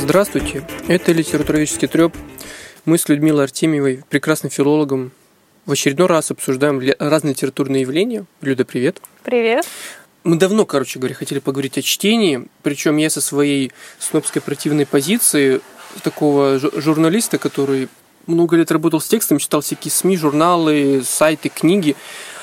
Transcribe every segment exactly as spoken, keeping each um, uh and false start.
Здравствуйте, это литературоведческий трёп. Мы с Людмилой Артемьевой, прекрасным филологом, в очередной раз обсуждаем разные литературные явления. Люда, привет. Привет. Мы давно, короче говоря, хотели поговорить о чтении, причем я со своей снобской противной позиции такого журналиста, который много лет работал с текстом, читал всякие СМИ, журналы, сайты, книги.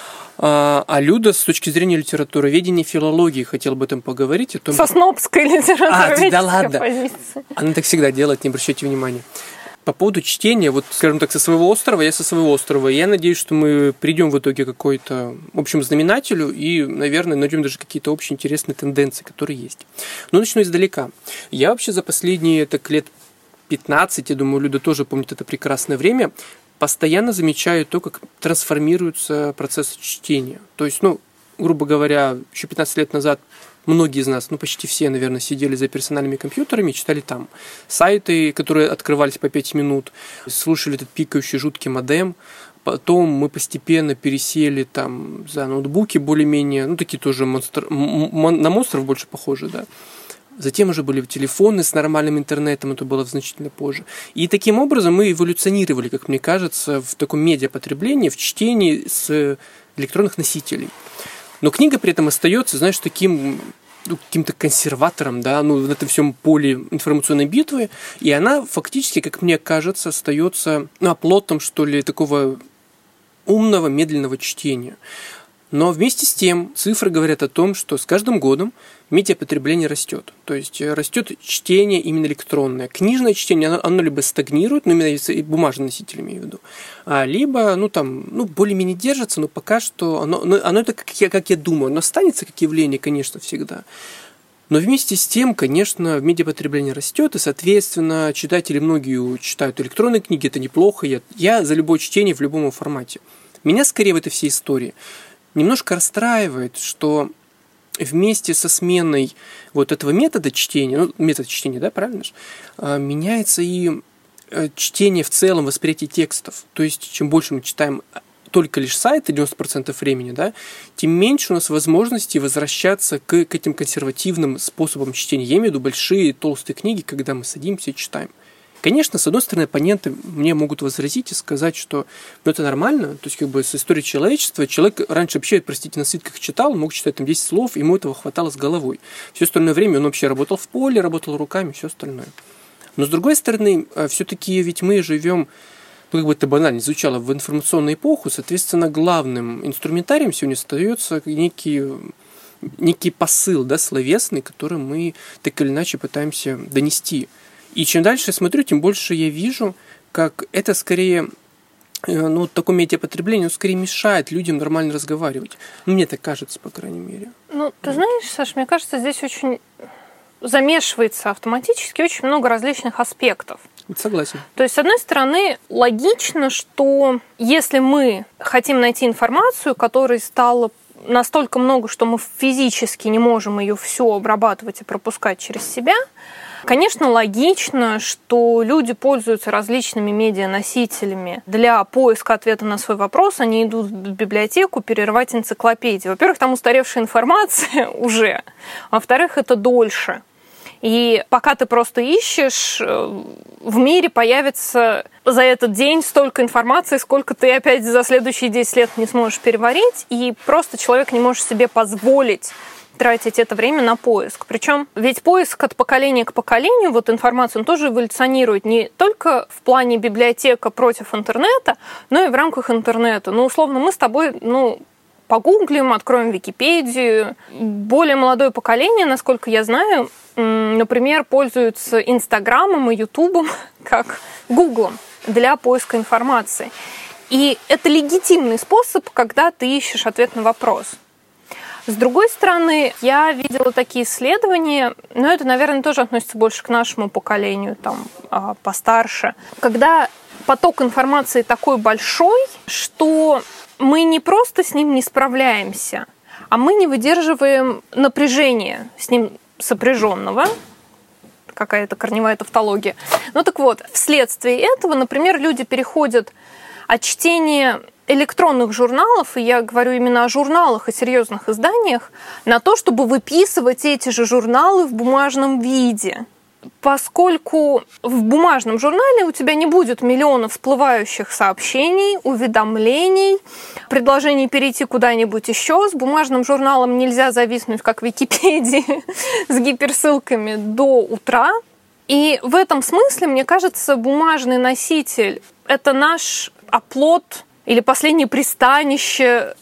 А Люда с точки зрения литературоведения и филологии хотела об этом поговорить. О том, со снобской литературоведческой а, да ладно. позиции. Она так всегда делает, не обращайте внимания. По поводу чтения, вот, скажем так, со своего острова, я со своего острова. Я надеюсь, что мы придем в итоге к какой-то общему знаменателю и, наверное, найдем даже какие-то общие интересные тенденции, которые есть. Но начну издалека. Я вообще за последние так, лет пятнадцать, я думаю, Люда тоже помнит это прекрасное время, постоянно замечаю то, как трансформируется процесс чтения. То есть, ну, грубо говоря, еще пятнадцать лет назад многие из нас, ну почти все, наверное, сидели за персональными компьютерами, читали там сайты, которые открывались по пять минут, слушали этот пикающий жуткий модем. Потом мы постепенно пересели там за ноутбуки более-менее, ну такие тоже монстр, м- на монстров больше похожи, да. Затем уже были телефоны с нормальным интернетом, это было значительно позже. И таким образом мы эволюционировали, как мне кажется, в таком медиапотреблении, в чтении с электронных носителей. Но книга при этом остается, знаешь, таким, ну, каким-то консерватором, да, ну, в этом всем поле информационной битвы, и она фактически, как мне кажется, остается, ну, оплотом, что ли, такого умного, медленного чтения. Но вместе с тем цифры говорят о том, что с каждым годом медиапотребление растет. То есть растет чтение именно электронное. Книжное чтение, оно, оно либо стагнирует, ну, именно и бумажный носитель имею в виду, а либо, ну, там, ну, более-менее держится, но пока что оно, оно, оно это, как я, как я думаю, оно останется как явление, конечно, всегда. Но вместе с тем, конечно, медиапотребление растет, и, соответственно, читатели многие читают электронные книги, это неплохо. Я, я за любое чтение в любом формате. Меня скорее в этой всей истории немножко расстраивает, что вместе со сменой вот этого метода чтения, ну, метод чтения, да, правильно же, меняется и чтение в целом, восприятие текстов. То есть, чем больше мы читаем только лишь сайты девяносто процентов времени, да, тем меньше у нас возможности возвращаться к, к этим консервативным способам чтения. Я имею в виду большие толстые книги, когда мы садимся и читаем. Конечно, с одной стороны, оппоненты мне могут возразить и сказать, что ну, это нормально. То есть, как бы с историей человечества человек раньше вообще, простите, на свитках читал, мог читать там десять слов, ему этого хватало с головой. Все остальное время он вообще работал в поле, работал руками, все остальное. Но с другой стороны, все-таки ведь мы живем, ну, как бы это банально звучало, в информационную эпоху, соответственно, главным инструментарием сегодня остается некий, некий посыл, да, словесный, который мы так или иначе пытаемся донести. И чем дальше я смотрю, тем больше я вижу, как это скорее, ну, такое медиапотребление, ну, скорее мешает людям нормально разговаривать. Ну, мне так кажется, по крайней мере. Ну, ты знаешь, Саш, мне кажется, здесь очень замешивается автоматически очень много различных аспектов. Согласен. То есть, с одной стороны, логично, что если мы хотим найти информацию, которой стало настолько много, что мы физически не можем ее все обрабатывать и пропускать через себя, конечно, логично, что люди пользуются различными медианосителями для поиска ответа на свой вопрос. Они идут в библиотеку перерывать энциклопедию. Во-первых, там устаревшая информация уже. Во-вторых, это дольше. И пока ты просто ищешь, в мире появится за этот день столько информации, сколько ты опять за следующие десять лет не сможешь переварить. И просто человек не может себе позволить тратить это время на поиск. Причем ведь поиск от поколения к поколению, вот информация, он тоже эволюционирует не только в плане библиотека против интернета, но и в рамках интернета. Ну, условно, мы с тобой, ну, погуглим, откроем Википедию. Более молодое поколение, насколько я знаю, например, пользуются Инстаграмом и Ютубом как Гуглом для поиска информации. И это легитимный способ, когда ты ищешь ответ на вопрос. С другой стороны, я видела такие исследования, но это, наверное, тоже относится больше к нашему поколению, там, постарше, когда поток информации такой большой, что мы не просто с ним не справляемся, а мы не выдерживаем напряжения с ним сопряженного, какая-то корневая тавтология. Ну так вот, вследствие этого, например, люди переходят от чтения электронных журналов, и я говорю именно о журналах и серьезных изданиях, на то, чтобы выписывать эти же журналы в бумажном виде. Поскольку в бумажном журнале у тебя не будет миллионов всплывающих сообщений, уведомлений, предложений перейти куда-нибудь еще, с бумажным журналом нельзя зависнуть, как в Википедии, с гиперссылками до утра. И в этом смысле, мне кажется, бумажный носитель – это наш оплот или последнее пристанище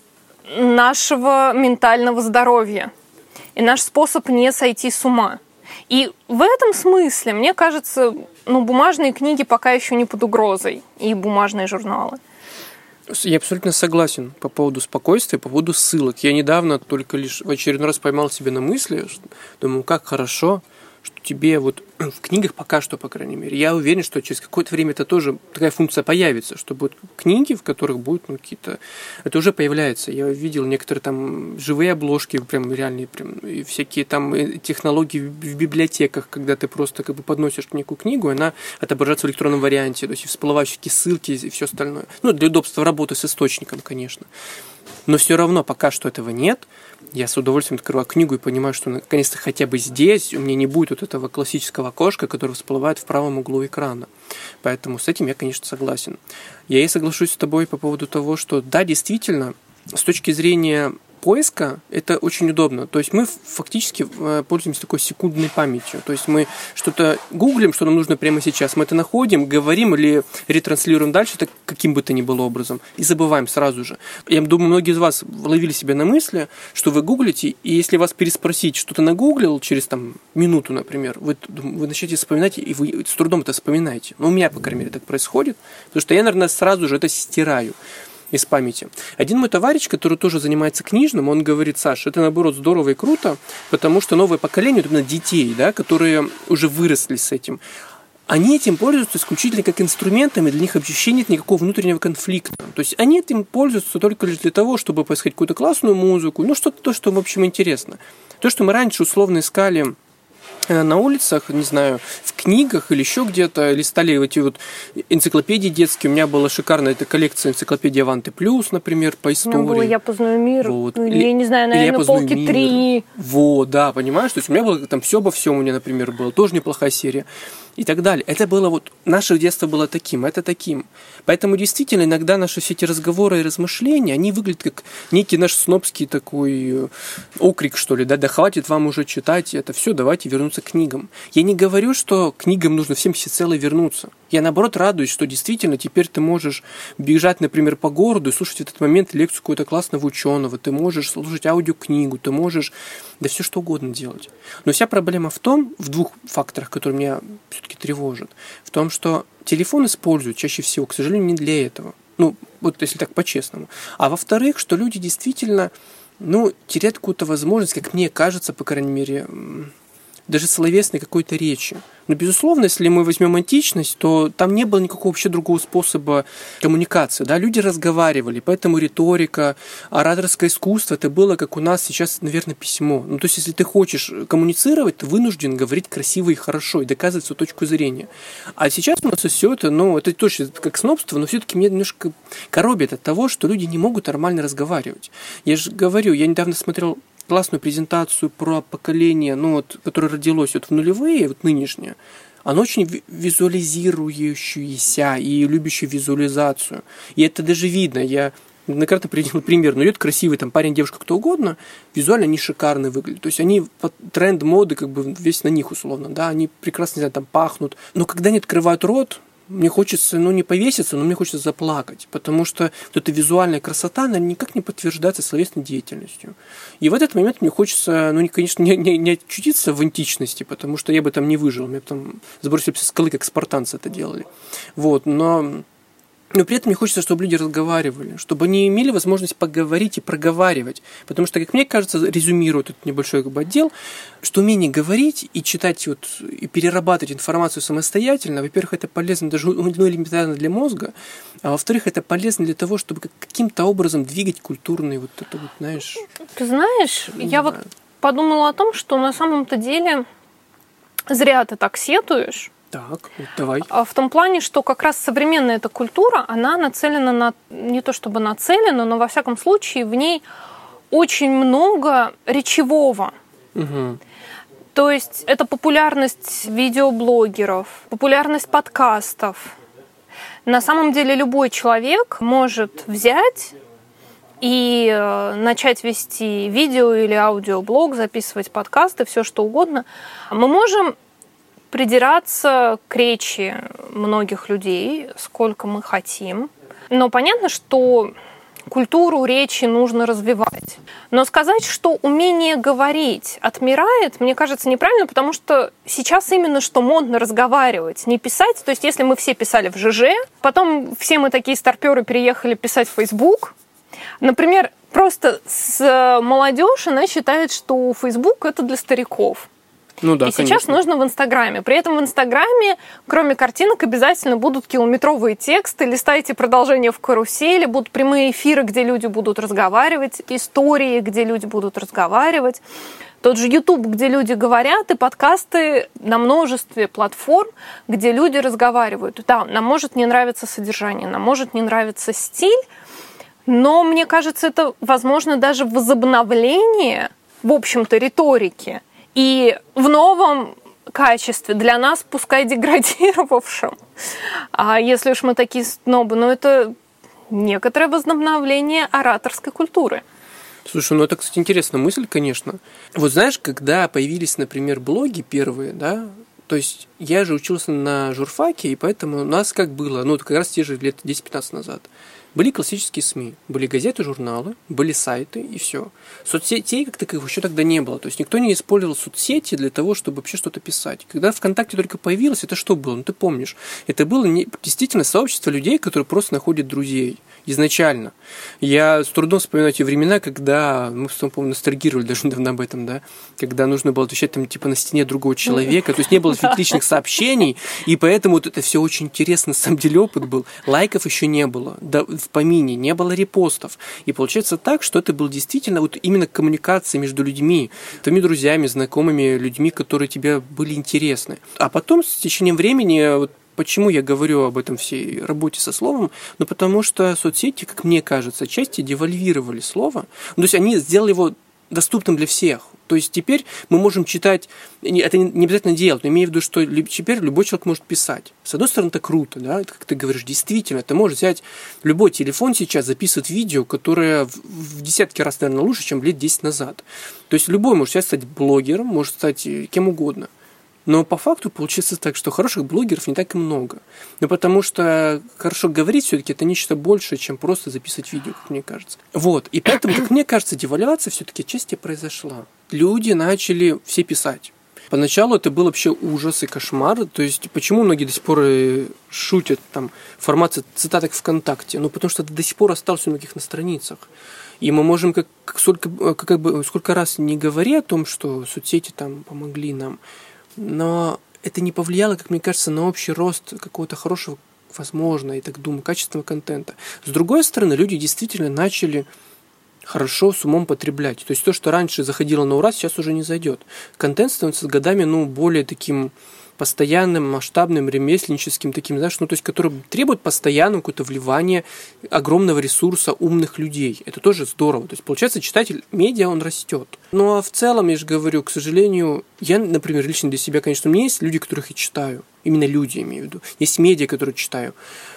нашего ментального здоровья и наш способ не сойти с ума. И в этом смысле, мне кажется, ну, бумажные книги пока еще не под угрозой, и бумажные журналы. Я абсолютно согласен по поводу спокойствия, по поводу ссылок. Я недавно только лишь в очередной раз поймал себя на мысли, что, думаю, как хорошо, что тебе вот в книгах пока что, по крайней мере, я уверен, что через какое-то время это тоже такая функция появится, что будут книги, в которых будут ну, какие-то... Это уже появляется. Я видел некоторые там живые обложки, прям реальные, прям, и всякие там технологии в библиотеках, когда ты просто как бы подносишь некую книгу, и она отображается в электронном варианте, то есть всплывающие ссылки и все остальное. Ну, для удобства работы с источником, конечно. Но все равно пока что этого нет. Я с удовольствием открываю книгу и понимаю, что наконец-то хотя бы здесь у меня не будет вот этого классического окошка, которое всплывает в правом углу экрана. Поэтому с этим я, конечно, согласен. Я и соглашусь с тобой по поводу того, что да, действительно, с точки зрения поиска это очень удобно. То есть мы фактически пользуемся такой секундной памятью. То есть мы что-то гуглим, что нам нужно прямо сейчас. Мы это находим, говорим или ретранслируем дальше, так каким бы то ни было образом, и забываем сразу же. Я думаю, многие из вас ловили себя на мысли, что вы гуглите, и если вас переспросить, что ты нагуглил через там, минуту, например, вы, вы начнете вспоминать, и вы с трудом это вспоминаете. Но у меня, по крайней мере, так происходит, потому что я, наверное, сразу же это стираю из памяти. Один мой товарищ, который тоже занимается книжным, он говорит: Саша, это наоборот здорово и круто, потому что новое поколение, именно детей, да, которые уже выросли с этим, они этим пользуются исключительно как инструментом, и для них вообще нет никакого внутреннего конфликта. То есть они этим пользуются только лишь для того, чтобы поискать какую-то классную музыку, ну что-то то, что в общем интересно. То, что мы раньше условно искали на улицах, не знаю, в книгах или еще где-то, листали эти вот энциклопедии детские. У меня была шикарная эта коллекция энциклопедии Аванты Плюс, например, по истории. У меня было «Я познаю мир», вот. ну, или, или, я не знаю, наверное, полки три. Вот, да, понимаешь? То есть у меня было там все обо всем у меня, например, было. Тоже неплохая серия. И так далее. Это было вот... Наше детство было таким, это таким. Поэтому действительно иногда наши все эти разговоры и размышления, они выглядят как некий наш снобский такой окрик, что ли, да, да хватит вам уже читать это все, давайте вернуться к книгам. Я не говорю, что к книгам нужно всем всецело вернуться. Я, наоборот, радуюсь, что действительно теперь ты можешь бежать, например, по городу и слушать в этот момент лекцию какого-то классного ученого, ты можешь слушать аудиокнигу, ты можешь да все что угодно делать. Но вся проблема в том, в двух факторах, которые меня все-таки тревожат, в том, что телефон используют чаще всего, к сожалению, не для этого. Ну, вот если так по-честному. А во-вторых, что люди действительно, ну, теряют какую-то возможность, как мне кажется, по крайней мере, даже словесной какой-то речи. Но, безусловно, если мы возьмем античность, то там не было никакого вообще другого способа коммуникации. Да? Люди разговаривали, поэтому риторика, ораторское искусство, это было, как у нас сейчас, наверное, письмо. Ну, то есть, если ты хочешь коммуницировать, ты вынужден говорить красиво и хорошо, и доказывать свою точку зрения. А сейчас у нас все это, ну, это точно как снобство, но все-таки меня немножко коробит от того, что люди не могут нормально разговаривать. Я же говорю, я недавно смотрел классную презентацию про поколение, ну вот, которое родилось вот в нулевые, вот нынешнее. Оно очень визуализирующееся и любящее визуализацию. И это даже видно. Я многократно приводил пример. Но идет красивый там парень, девушка, кто угодно, визуально они шикарно выглядят. То есть они тренд моды как бы весь на них условно. Да, они прекрасно, не знаю, там пахнут. Но когда они открывают рот, мне хочется, ну, не повеситься, но мне хочется заплакать, потому что вот эта визуальная красота, она никак не подтверждается словесной деятельностью. И в этот момент мне хочется, ну, конечно, не, не, не очутиться в античности, потому что я бы там не выжил, меня бы там сбросили со скалы, как спартанцы это делали. Вот, но... Но при этом мне хочется, чтобы люди разговаривали, чтобы они имели возможность поговорить и проговаривать. Потому что, как мне кажется, резюмирует этот небольшой как бы отдел, что умение говорить и читать вот, и перерабатывать информацию самостоятельно, во-первых, это полезно даже ну, элементарно для мозга, а во-вторых, это полезно для того, чтобы каким-то образом двигать культурный вот это вот, знаешь... Ты знаешь, я вот подумала о том, что на самом-то деле зря ты так сетуешь. Так, вот давай. В том плане, что как раз современная эта культура, она нацелена на, не то чтобы нацелена, но во всяком случае в ней очень много речевого. Угу. То есть это популярность видеоблогеров, популярность подкастов. На самом деле любой человек может взять и начать вести видео или аудиоблог, записывать подкасты, все что угодно. Мы можем придираться к речи многих людей, сколько мы хотим. Но понятно, что культуру речи нужно развивать. Но сказать, что умение говорить отмирает, мне кажется, неправильно, потому что сейчас именно что модно разговаривать, не писать. То есть если мы все писали в ЖЖ, потом все мы такие старпёры переехали писать в Facebook. Например, просто с молодежь, она считает, что Facebook это для стариков. Ну да, и сейчас конечно. нужно в Инстаграме. При этом в Инстаграме, кроме картинок, обязательно будут километровые тексты, листайте продолжение в карусели, будут прямые эфиры, где люди будут разговаривать, истории, где люди будут разговаривать. Тот же YouTube, где люди говорят, и подкасты на множестве платформ, где люди разговаривают. Да, нам может не нравиться содержание, нам может не нравиться стиль, но мне кажется, это, возможно, даже возобновление, в общем-то, риторики. И в новом качестве, для нас, пускай деградировавшем, а если уж мы такие снобы, но это некоторое возобновление ораторской культуры. Слушай, ну это, кстати, интересная мысль, конечно. Вот знаешь, когда появились, например, блоги первые, да, то есть я же учился на журфаке, и поэтому у нас как было, ну это как раз те же лет десять-пятнадцать назад. Были классические СМИ, были газеты, журналы, были сайты и все. Соцсетей как таковых еще тогда не было. То есть никто не использовал соцсети для того, чтобы вообще что-то писать. Когда ВКонтакте только появилось, это что было? Ну ты помнишь. Это было не, действительно сообщество людей, которые просто находят друзей изначально. Я с трудом вспоминаю те времена, когда, мы, по-моему, ностальгировали даже недавно об этом, да, когда нужно было отвечать там типа на стене другого человека, то есть не было личных сообщений, и поэтому вот это все очень интересно, на самом деле опыт был. Лайков еще не было, да, в помине, не было репостов. И получается так, что это был действительно вот именно коммуникация между людьми, твоими друзьями, знакомыми, людьми, которые тебе были интересны. А потом, с течением времени, вот почему я говорю об этом всей работе со словом? Ну, потому что соцсети, как мне кажется, отчасти девальвировали слово. Ну, то есть они сделали его доступным для всех. То есть теперь мы можем читать, это не обязательно делать, но имею в виду, что теперь любой человек может писать. С одной стороны, это круто, да, это, как ты говоришь, действительно, ты можешь взять любой телефон сейчас, записывать видео, которое в десятки раз, наверное, лучше, чем лет десять назад. То есть любой может сейчас стать блогером, может стать кем угодно. Но по факту получается так, что хороших блогеров не так и много. Ну, потому что хорошо говорить все-таки это нечто большее, чем просто записывать видео, как мне кажется. Вот. И поэтому, как мне кажется, девальвация все-таки отчасти произошла. Люди начали все писать. Поначалу это был вообще ужас и кошмар. То есть, почему многие до сих пор шутят там формат цитаток ВКонтакте? Ну, потому что это до сих пор осталось у многих на страницах. И мы можем, как, как, сколько, как бы, сколько раз не говори о том, что соцсети там помогли нам, но это не повлияло, как мне кажется, на общий рост какого-то хорошего, возможно, я так думаю, качественного контента. С другой стороны, люди действительно начали хорошо с умом потреблять. То есть то, что раньше заходило на ура, сейчас уже не зайдет. Контент становится с годами, ну, более таким постоянным, масштабным, ремесленническим, таким, знаешь, ну, то есть, который требует постоянного какое-то вливания огромного ресурса умных людей. Это тоже здорово. То есть, получается, читатель медиа, он растет. Ну, а в целом, я же говорю, к сожалению, я, например, лично для себя, конечно, у меня есть люди, которых я читаю. Именно люди, я имею в виду. Есть медиа, которые читаю.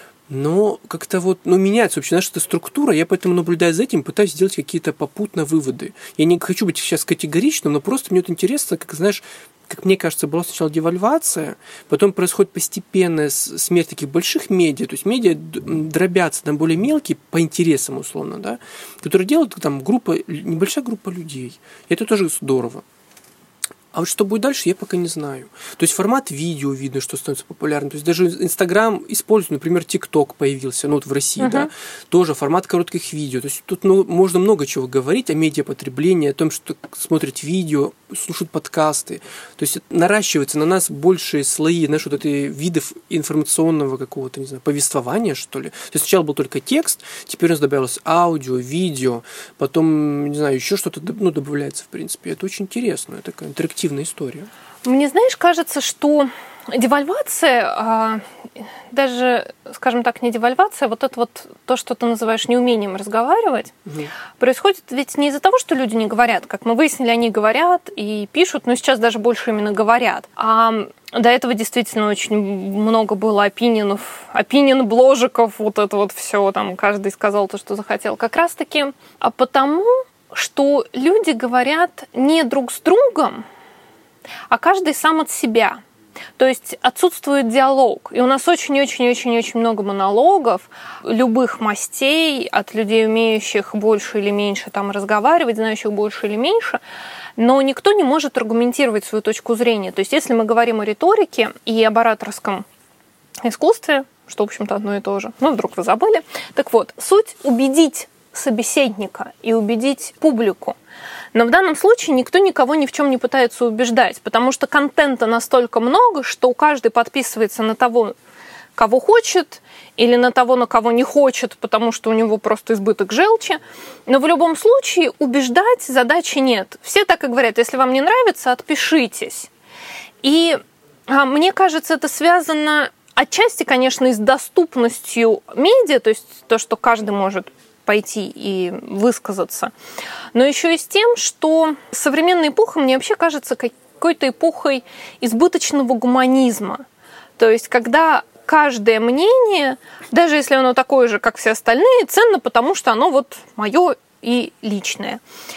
Но как-то вот, ну, меняется вообще наша структура, я поэтому, наблюдая за этим, пытаюсь сделать какие-то попутно выводы. Я не хочу быть сейчас категоричным, но просто мне вот интересно, как, знаешь, как мне кажется, была сначала девальвация, потом происходит постепенная смерть таких больших медиа, то есть медиа дробятся на более мелкие по интересам, условно, да, которые делают там группа, небольшая группа людей. И это тоже здорово. А вот что будет дальше, я пока не знаю. То есть формат видео видно, что становится популярным. То есть даже Инстаграм использует, например, ТикТок появился, ну вот в России, uh-huh. да, тоже формат коротких видео. То есть тут ну, можно много чего говорить о медиапотреблении, о том, что смотрят видео, слушают подкасты. То есть наращиваются на нас большие слои, знаешь, вот этой видов информационного какого-то, не знаю, повествования, что ли. То есть сначала был только текст, теперь у нас добавилось аудио, видео, потом, не знаю, еще что-то ну, добавляется, в принципе. Это очень интересно, это такая интерактивная история. Мне, знаешь, кажется, что девальвация, даже, скажем так, не девальвация, вот это вот то, что ты называешь неумением разговаривать, угу. происходит ведь не из-за того, что люди не говорят. Как мы выяснили, они говорят и пишут, но сейчас даже больше именно говорят. А до этого действительно очень много было опинионов, опинион-бложиков, вот это вот все, там каждый сказал то, что захотел. Как раз-таки а потому, что люди говорят не друг с другом, а каждый сам от себя. То есть отсутствует диалог. И у нас очень-очень-очень-очень много монологов любых мастей от людей, умеющих больше или меньше там разговаривать, знающих больше или меньше, но никто не может аргументировать свою точку зрения. То есть если мы говорим о риторике и об ораторском искусстве, что, в общем-то, одно и то же, ну, вдруг вы забыли, так вот, суть убедить собеседника и убедить публику. Но в данном случае никто никого ни в чем не пытается убеждать, потому что контента настолько много, что каждый подписывается на того, кого хочет, или на того, на кого не хочет, потому что у него просто избыток желчи. Но в любом случае убеждать задачи нет. Все так и говорят, если вам не нравится, отпишитесь. И а, мне кажется, это связано отчасти, конечно, и с доступностью медиа, то есть то, что каждый может пойти и высказаться, но еще и с тем, что современная эпоха мне вообще кажется какой-то эпохой избыточного гуманизма. То есть когда каждое мнение, даже если оно такое же, как все остальные, ценно, потому что оно вот мое и личное.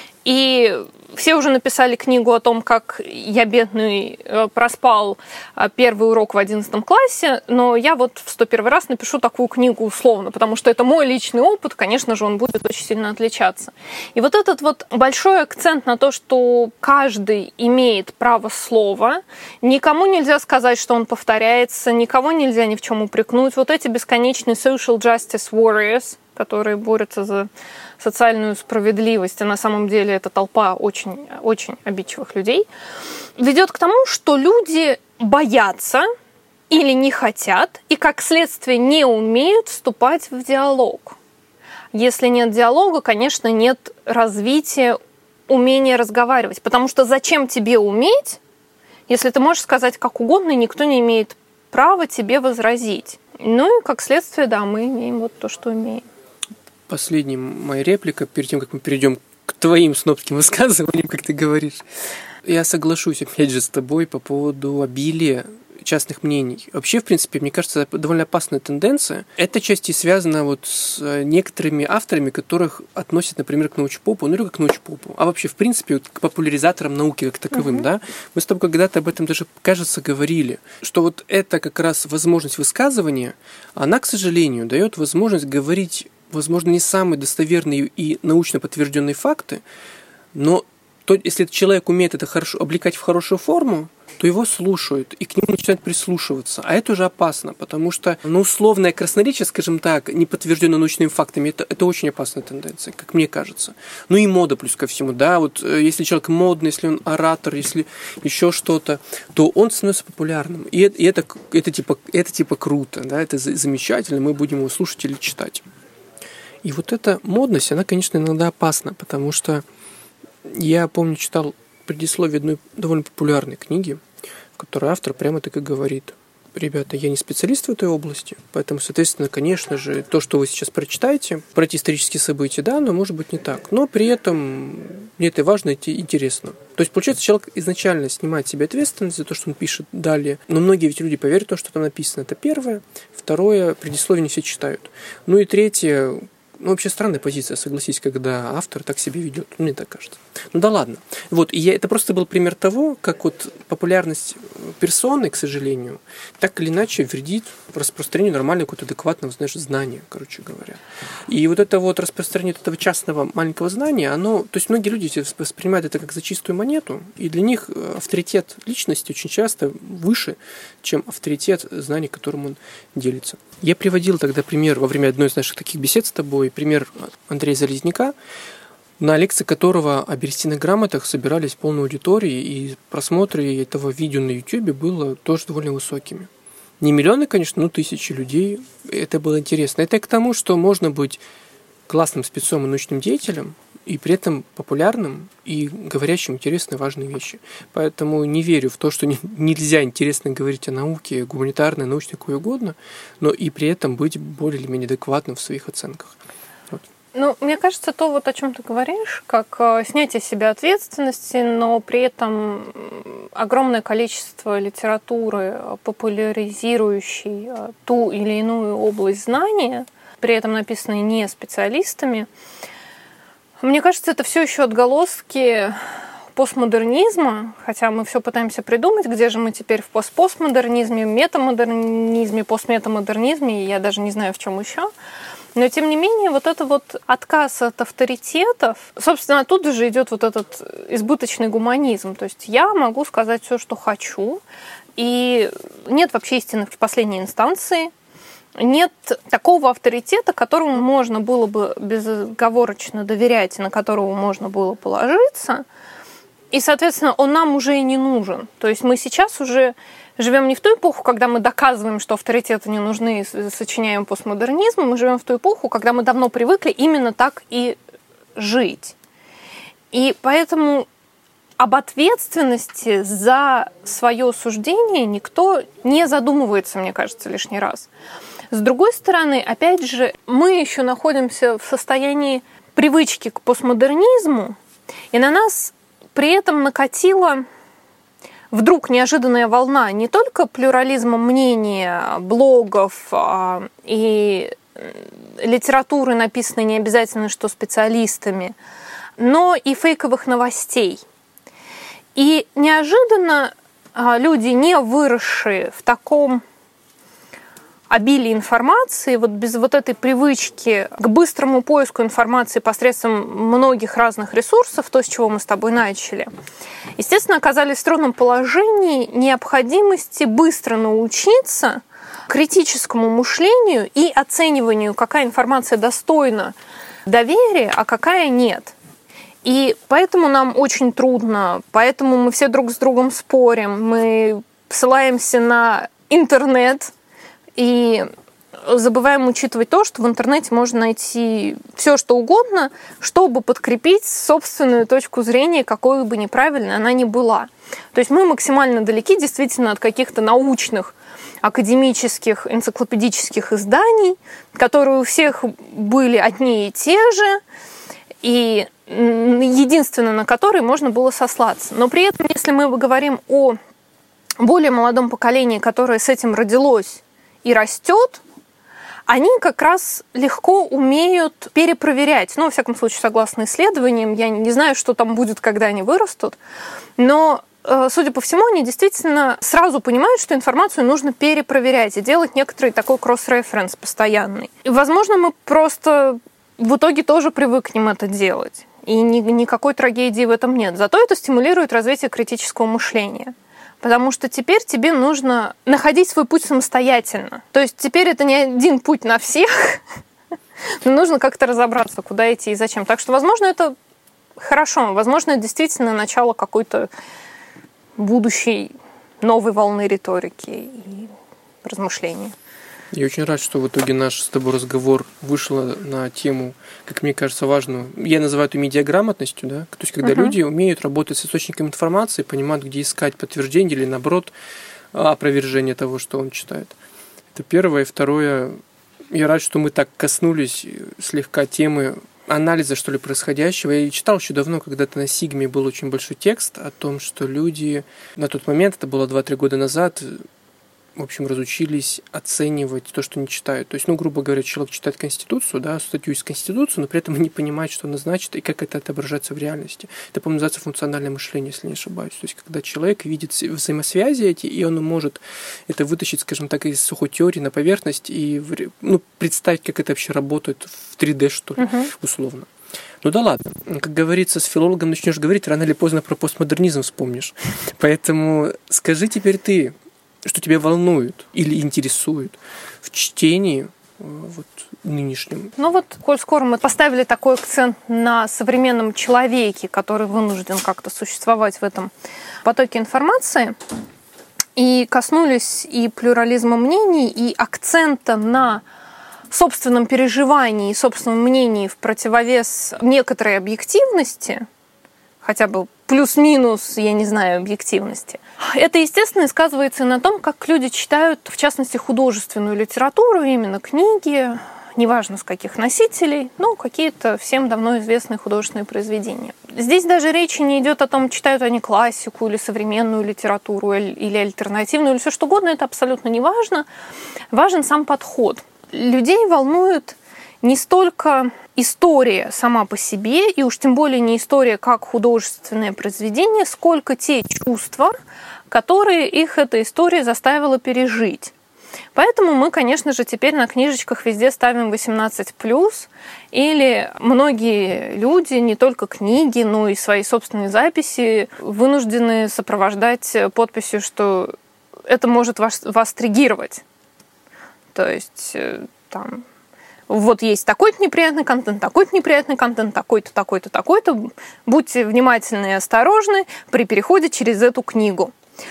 И все уже написали книгу о том, как я, бедный, проспал первый урок в одиннадцатом классе, но я вот в сто первый раз напишу такую книгу условно, потому что это мой личный опыт, конечно же, он будет очень сильно отличаться. И вот этот вот большой акцент на то, что каждый имеет право слова, никому нельзя сказать, что он повторяется, никого нельзя ни в чем упрекнуть. Вот эти бесконечные social justice warriors, которые борются за социальную справедливость, а на самом деле это толпа очень, очень обидчивых людей, ведет к тому, что люди боятся или не хотят, и как следствие не умеют вступать в диалог. Если нет диалога, конечно, нет развития умения разговаривать, потому что зачем тебе уметь, если ты можешь сказать как угодно, и никто не имеет права тебе возразить. Ну и как следствие, да, мы имеем вот то, что имеем. Последняя моя реплика, перед тем, как мы перейдем к твоим снобским высказываниям, как ты говоришь. Я соглашусь, опять же, с тобой по поводу обилия частных мнений. Вообще, в принципе, мне кажется, это довольно опасная тенденция. Эта часть и связана вот с некоторыми авторами, которых относят, например, к научпопу, ну или к научпопу, а вообще, в принципе, вот к популяризаторам науки как таковым, uh-huh. да. Мы с тобой когда-то об этом даже, кажется, говорили, что вот это как раз возможность высказывания, она, к сожалению, дает возможность говорить, возможно, не самые достоверные и научно подтвержденные факты, но то, если человек умеет это хорошо облекать в хорошую форму, то его слушают и к нему начинают прислушиваться. А это уже опасно, потому что ну, условное красноречие, скажем так, не подтвержденное научными фактами, это, это очень опасная тенденция, как мне кажется. Ну и мода плюс ко всему, да, вот если человек модный, если он оратор, если еще что-то, то он становится популярным. И, и это, это, типа, это типа круто, да, это замечательно, мы будем его слушать или читать. И вот эта модность, она, конечно, иногда опасна, потому что я помню, читал предисловие одной довольно популярной книги, в которой автор прямо так и говорит: ребята, я не специалист в этой области, поэтому, соответственно, конечно же, то, что вы сейчас прочитаете про эти исторические события, да, но может быть не так. Но при этом мне это важно и интересно. То есть, получается, человек изначально снимает себе ответственность за то, что он пишет далее. Но многие ведь люди поверят в то, что там написано. Это первое. Второе, предисловие не все читают. Ну и третье, ну, вообще странная позиция, согласись, когда автор так себя ведет. Мне так кажется. Ну да ладно. Вот, и я, это просто был пример того, как вот популярность персоны, к сожалению, так или иначе вредит распространению нормального, какого-то адекватного, знаешь, знания, короче говоря. И вот это вот распространение этого частного маленького знания, оно, то есть многие люди воспринимают это как за чистую монету, и для них авторитет личности очень часто выше, чем авторитет знаний, которым он делится. Я приводил тогда пример во время одной из наших таких бесед с тобой, пример Андрея Залезняка, на лекции которого о берестяных грамотах собирались полные аудитории, и просмотры этого видео на YouTube было тоже довольно высокими. Не миллионы, конечно, но тысячи людей. Это было интересно. Это к тому, что можно быть классным спецом и научным деятелем, и при этом популярным и говорящим интересные важные вещи. Поэтому не верю в то, что не, нельзя интересно говорить о науке, гуманитарной, научной, какой угодно, но и при этом быть более или менее адекватным в своих оценках. Вот. Ну, мне кажется, то, вот о чем ты говоришь, как снятие с себя ответственности, но при этом огромное количество литературы, популяризирующей ту или иную область знания, при этом написанной не специалистами, мне кажется, это все еще отголоски постмодернизма, хотя мы все пытаемся придумать, где же мы теперь в постпостмодернизме, метамодернизме, постметамодернизме, я даже не знаю, в чем еще. Но, тем не менее, вот это вот отказ от авторитетов, собственно, оттуда же идет вот этот избыточный гуманизм. То есть я могу сказать все, что хочу, и нет вообще истины в последней инстанции. Нет такого авторитета, которому можно было бы безоговорочно доверять, на которого можно было положиться. И, соответственно, он нам уже и не нужен. То есть мы сейчас уже живем не в ту эпоху, когда мы доказываем, что авторитеты не нужны, и сочиняем постмодернизм. Мы живем в ту эпоху, когда мы давно привыкли именно так и жить. И поэтому об ответственности за свое суждение никто не задумывается, мне кажется, лишний раз. С другой стороны, опять же, мы еще находимся в состоянии привычки к постмодернизму, и на нас при этом накатила вдруг неожиданная волна не только плюрализма мнения, блогов и литературы, написанной не обязательно что специалистами, но и фейковых новостей. И неожиданно люди, не выросшие в таком обилие информации, вот без вот этой привычки к быстрому поиску информации посредством многих разных ресурсов, то, с чего мы с тобой начали, естественно, оказались в трудном положении необходимости быстро научиться критическому мышлению и оцениванию, какая информация достойна доверия, а какая нет. И поэтому нам очень трудно, поэтому мы все друг с другом спорим, мы ссылаемся на интернет, и забываем учитывать то, что в интернете можно найти все, что угодно, чтобы подкрепить собственную точку зрения, какой бы неправильной она ни была. То есть мы максимально далеки действительно от каких-то научных, академических, энциклопедических изданий, которые у всех были одни и те же, и единственное, на которые можно было сослаться. Но при этом, если мы говорим о более молодом поколении, которое с этим родилось и растет, они как раз легко умеют перепроверять. Ну, во всяком случае, согласно исследованиям, я не знаю, что там будет, когда они вырастут, но, судя по всему, они действительно сразу понимают, что информацию нужно перепроверять и делать некоторый такой кросс-референс постоянный. И, возможно, мы просто в итоге тоже привыкнем это делать. И ни, никакой трагедии в этом нет. Зато это стимулирует развитие критического мышления. Потому что теперь тебе нужно находить свой путь самостоятельно. То есть теперь это не один путь на всех, но нужно как-то разобраться, куда идти и зачем. Так что, возможно, это хорошо. Возможно, это действительно начало какой-то будущей новой волны риторики и размышлений. Я очень рад, что в итоге наш с тобой разговор вышел на тему, как мне кажется, важную. Я называю это медиаграмотностью, да? То есть, когда uh-huh. люди умеют работать с источником информации, понимают, где искать подтверждение или, наоборот, опровержение того, что он читает. Это первое. И второе, я рад, что мы так коснулись слегка темы анализа, что ли, происходящего. Я читал еще давно, когда-то на Сигме был очень большой текст о том, что люди на тот момент, это было два-три года назад, в общем, разучились оценивать то, что не читают. То есть, ну, грубо говоря, человек читает Конституцию, да, статью из Конституции, но при этом не понимает, что она значит и как это отображается в реальности. Это, по-моему, называется функциональное мышление, если не ошибаюсь. То есть, когда человек видит взаимосвязи эти, и он может это вытащить, скажем так, из сухой теории на поверхность и, ну, представить, как это вообще работает в три дэ, что ли, uh-huh. условно. Ну да ладно. Как говорится, с филологом начнешь говорить, рано или поздно про постмодернизм вспомнишь. Поэтому скажи теперь ты, что тебя волнует или интересует в чтении вот, нынешнем? Ну вот, коль скоро мы поставили такой акцент на современном человеке, который вынужден как-то существовать в этом потоке информации, и коснулись и плюрализма мнений, и акцента на собственном переживании и собственном мнении в противовес некоторой объективности, хотя бы плюс-минус, я не знаю, объективности, это, естественно, сказывается и на том, как люди читают, в частности, художественную литературу, именно книги, неважно с каких носителей, но какие-то всем давно известные художественные произведения. Здесь даже речи не идет о том, читают они классику или современную литературу, или альтернативную, или все что угодно, это абсолютно не важно. Важен сам подход. Людей волнует не столько история сама по себе, и уж тем более не история как художественное произведение, сколько те чувства, которые их эта история заставила пережить. Поэтому мы, конечно же, теперь на книжечках везде ставим восемнадцать плюс, или многие люди, не только книги, но и свои собственные записи вынуждены сопровождать подписью, что это может вас, вас триггировать. То есть там вот есть такой-то неприятный контент, такой-то неприятный контент, такой-то, такой-то, такой-то. Будьте внимательны и осторожны при переходе через эту книгу.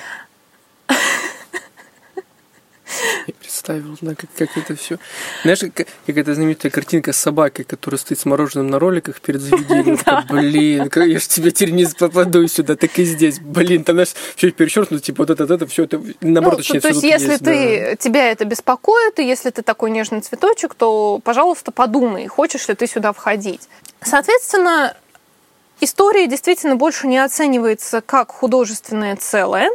Я представил, да, как, как это все. Знаешь, как, как эта знаменитая картинка с собакой, которая стоит с мороженым на роликах перед заведением. Да. Блин, я ж тебе теперь не попаду сюда, так и здесь. Блин, там, знаешь, все перечеркнуто, типа вот это, это, все это, наоборот, ну, точнее, то есть, если есть, ты, да. тебя это беспокоит, и если ты такой нежный цветочек, то, пожалуйста, подумай, хочешь ли ты сюда входить. Соответственно, история действительно больше не оценивается как художественное целое.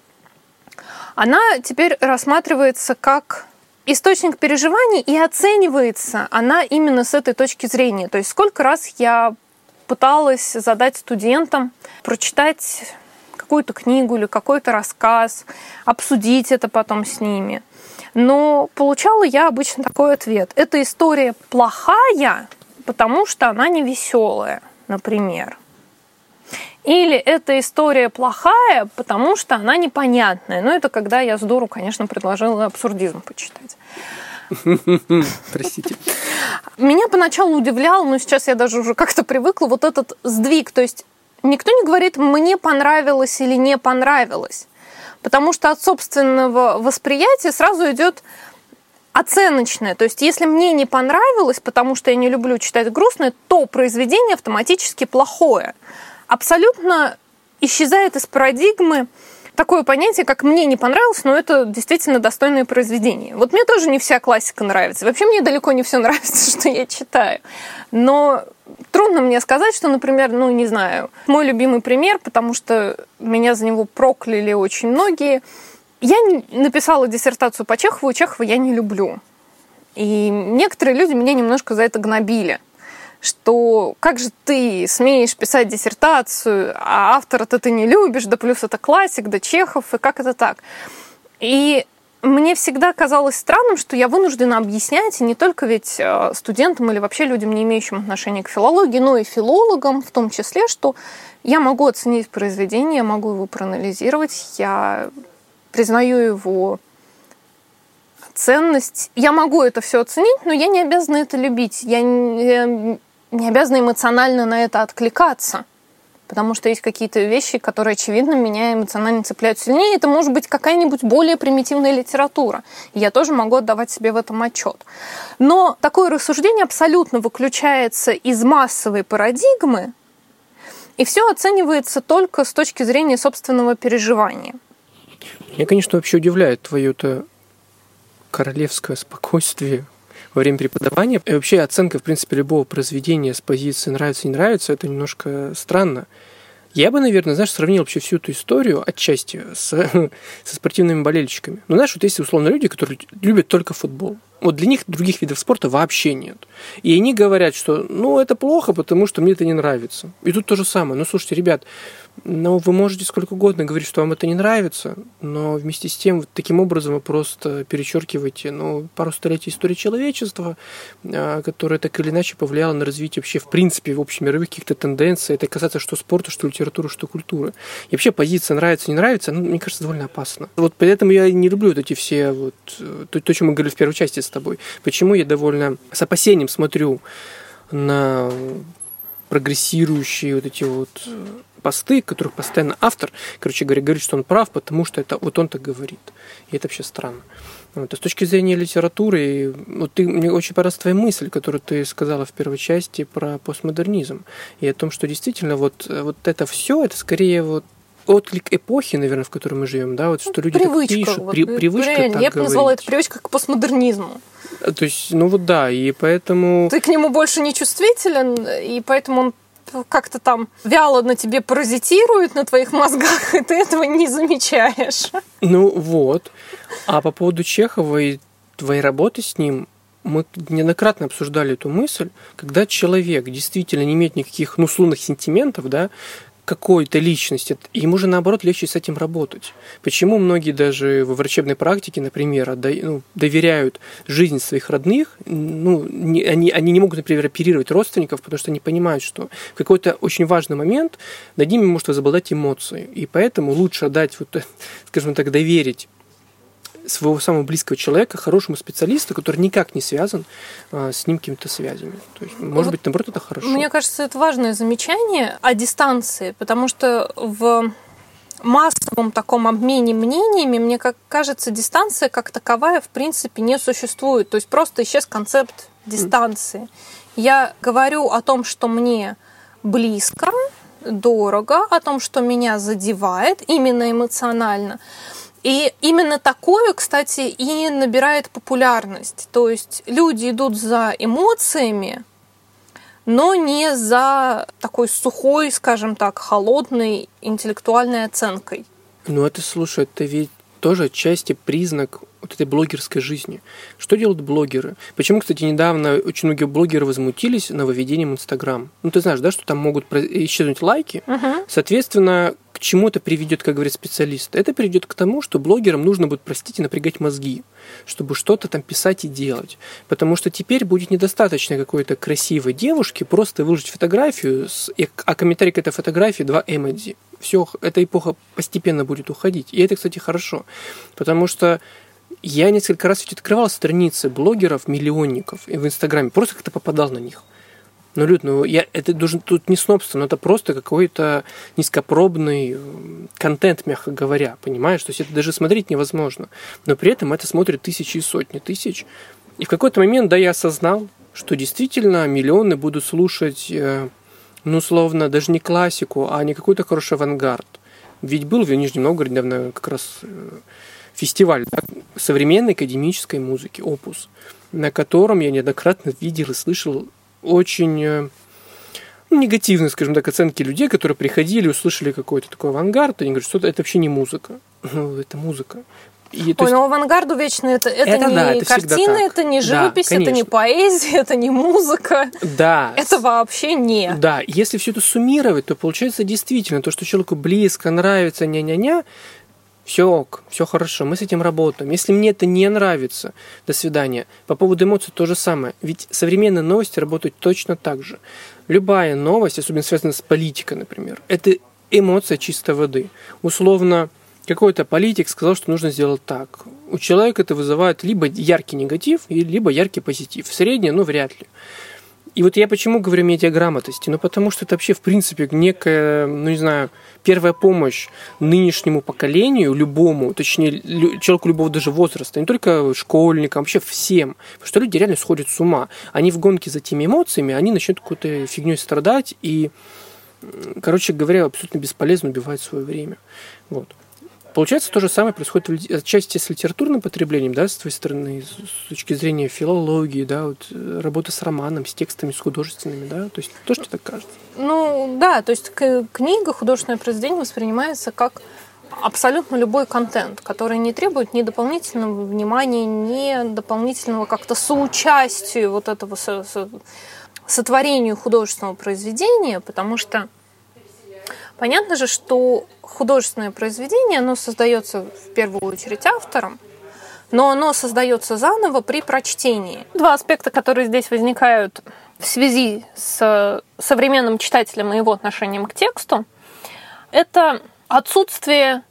Она теперь рассматривается как источник переживаний и оценивается она именно с этой точки зрения. То есть сколько раз я пыталась задать студентам прочитать какую-то книгу или какой-то рассказ, обсудить это потом с ними. Но получала я обычно такой ответ. Эта история плохая, потому что она не веселая, например. Или эта история плохая, потому что она непонятная. Но это когда я с дуру, конечно, предложила абсурдизм почитать. Простите. Меня поначалу удивлял, но сейчас я даже уже как-то привыкла, вот этот сдвиг. То есть никто не говорит, мне понравилось или не понравилось. Потому что от собственного восприятия сразу идет оценочное. То есть если мне не понравилось, потому что я не люблю читать грустное, то произведение автоматически плохое. Абсолютно исчезает из парадигмы такое понятие, как «мне не понравилось», но это действительно достойное произведение. Вот мне тоже не вся классика нравится. Вообще мне далеко не все нравится, что я читаю. Но трудно мне сказать, что, например, ну, не знаю, мой любимый пример, потому что меня за него прокляли очень многие. Я написала диссертацию по Чехову, и Чехова я не люблю. И некоторые люди меня немножко за это гнобили. Что как же ты смеешь писать диссертацию, а автора-то ты не любишь, да плюс это классик, да Чехов, и как это так? И мне всегда казалось странным, что я вынуждена объяснять, и не только ведь студентам или вообще людям, не имеющим отношения к филологии, но и филологам в том числе, что я могу оценить произведение, я могу его проанализировать, я признаю его ценность, я могу это все оценить, но я не обязана это любить, я не... не обязана эмоционально на это откликаться, потому что есть какие-то вещи, которые, очевидно, меня эмоционально цепляют сильнее. Это может быть какая-нибудь более примитивная литература. И я тоже могу отдавать себе в этом отчет. Но такое рассуждение абсолютно выключается из массовой парадигмы, и все оценивается только с точки зрения собственного переживания. Меня, конечно, вообще удивляет твое-то королевское спокойствие во время преподавания. И вообще оценка, в принципе, любого произведения с позиции нравится, не нравится, это немножко странно. Я бы, наверное, знаешь, сравнил вообще всю эту историю отчасти с, со спортивными болельщиками. Ну, знаешь, вот есть, условно, люди, которые любят только футбол. Вот для них других видов спорта вообще нет. И они говорят, что, ну, это плохо, потому что мне это не нравится. И тут то же самое. Ну, слушайте, ребят, ну, вы можете сколько угодно говорить, что вам это не нравится, но вместе с тем, вот таким образом вы просто перечеркиваете, ну, пару столетий истории человечества, которая так или иначе повлияла на развитие вообще, в принципе, в общемировых каких-то тенденций. Это касается что спорта, что литературы, что культуры. И вообще позиция нравится, не нравится, ну, мне кажется, довольно опасно. Вот поэтому я не люблю вот эти все, вот, то, то, о чем мы говорили в первой части с тобой. Почему я довольно с опасением смотрю на прогрессирующие вот эти вот посты, которых постоянно автор, короче говоря, говорит, что он прав, потому что это вот он так говорит. И это вообще странно. Вот. А с точки зрения литературы, вот ты, мне очень понравилась твоя мысль, которую ты сказала в первой части про постмодернизм. И о том, что действительно вот, вот это все, это скорее вот отклик эпохи, наверное, в которой мы живем, да, вот что люди привычка, так пишут, вот, при, привычка реально, так я бы говорить. назвала это привычкой к постмодернизму. То есть, ну вот да, и поэтому... Ты к нему больше не чувствителен, и поэтому он как-то там вяло на тебе паразитирует, на твоих мозгах, и ты этого не замечаешь. Ну вот. А по поводу Чехова и твоей работы с ним, мы неоднократно обсуждали эту мысль, когда человек действительно не имеет никаких, ну, условных сентиментов, да, какой-то личности, ему же, наоборот, легче с этим работать. Почему многие даже во врачебной практике, например, ну, доверяют жизнь своих родных, ну, не, они, они не могут, например, оперировать родственников, потому что они понимают, что в какой-то очень важный момент над ними может возобладать эмоции. И поэтому лучше отдать, вот, скажем так, доверить своего самого близкого человека хорошему специалисту, который никак не связан а, с ним какими-то связями. То есть, может вот быть, наоборот, это хорошо. Мне кажется, это важное замечание о дистанции, потому что в массовом таком обмене мнениями, мне как кажется, дистанция как таковая в принципе не существует. То есть просто исчез концепт дистанции. Mm. Я говорю о том, что мне близко, дорого, о том, что меня задевает именно эмоционально. И именно такое, кстати, и набирает популярность. То есть люди идут за эмоциями, но не за такой сухой, скажем так, холодной интеллектуальной оценкой. Ну это, слушай, это ведь тоже отчасти признак вот этой блогерской жизни. Что делают блогеры? Почему, кстати, недавно очень многие блогеры возмутились нововведением Инстаграм? Ну, ты знаешь, да, что там могут исчезнуть лайки? Uh-huh. Соответственно, к чему это приведет, как говорит специалист? Это приведет к тому, что блогерам нужно будет, простите, напрягать мозги, чтобы что-то там писать и делать. Потому что теперь будет недостаточно какой-то красивой девушки просто выложить фотографию, с, а комментарий к этой фотографии два эмодзи. Все, эта эпоха постепенно будет уходить. И это, кстати, хорошо. Потому что я несколько раз ведь открывал страницы блогеров-миллионников в Инстаграме, просто как-то попадал на них. Ну, Люд, ну, я, это должен, тут не снобство, но это просто какой-то низкопробный контент, мягко говоря, понимаешь? То есть это даже смотреть невозможно. Но при этом это смотрят тысячи и сотни тысяч. И в какой-то момент, да, я осознал, что действительно миллионы будут слушать, ну, условно, даже не классику, а не какой-то хороший авангард. Ведь был в Нижнем Новгороде недавно как раз фестиваль, да, современной академической музыки, опус, на котором я неоднократно видел и слышал очень ну, негативные, скажем так, оценки людей, которые приходили, услышали какой-то такой авангард, они говорят, что это, это вообще не музыка. Ну, это музыка. И, Ой, есть... но авангарду вечно это, это, это не да, это картина, это не живопись, да, это не поэзия, это не музыка. Да. Это вообще не. Да, если все это суммировать, то получается действительно то, что человеку близко, нравится, ня-ня-ня, все ок, все хорошо, мы с этим работаем. Если мне это не нравится, до свидания. По поводу эмоций то же самое. Ведь современные новости работают точно так же. Любая новость, особенно связанная с политикой, например, это эмоция чистой воды. Условно, какой-то политик сказал, что нужно сделать так. У человека это вызывает либо яркий негатив, либо яркий позитив. Среднее, ну, вряд ли. И вот я почему говорю медиаграмотности? Ну, потому что это вообще, в принципе, некая, ну, не знаю, первая помощь нынешнему поколению, любому, точнее, человеку любого даже возраста, не только школьникам, вообще всем. Потому что люди реально сходят с ума. Они в гонке за теми эмоциями, они начнут какой-то фигней страдать и, короче говоря, абсолютно бесполезно убивают свое время. Вот. Получается, то же самое происходит отчасти с литературным потреблением, да, с твоей стороны, с точки зрения филологии, да, вот, работы с романом, с текстами, с художественными, да, то есть то, что так кажется. Ну, да, то есть книга, художественное произведение воспринимается как абсолютно любой контент, который не требует ни дополнительного внимания, ни дополнительного как-то соучастия вот этого со- со- сотворению художественного произведения, потому что понятно же, что художественное произведение, оно создается в первую очередь автором, но оно создается заново при прочтении. Два аспекта, которые здесь возникают в связи с современным читателем и его отношением к тексту, это отсутствие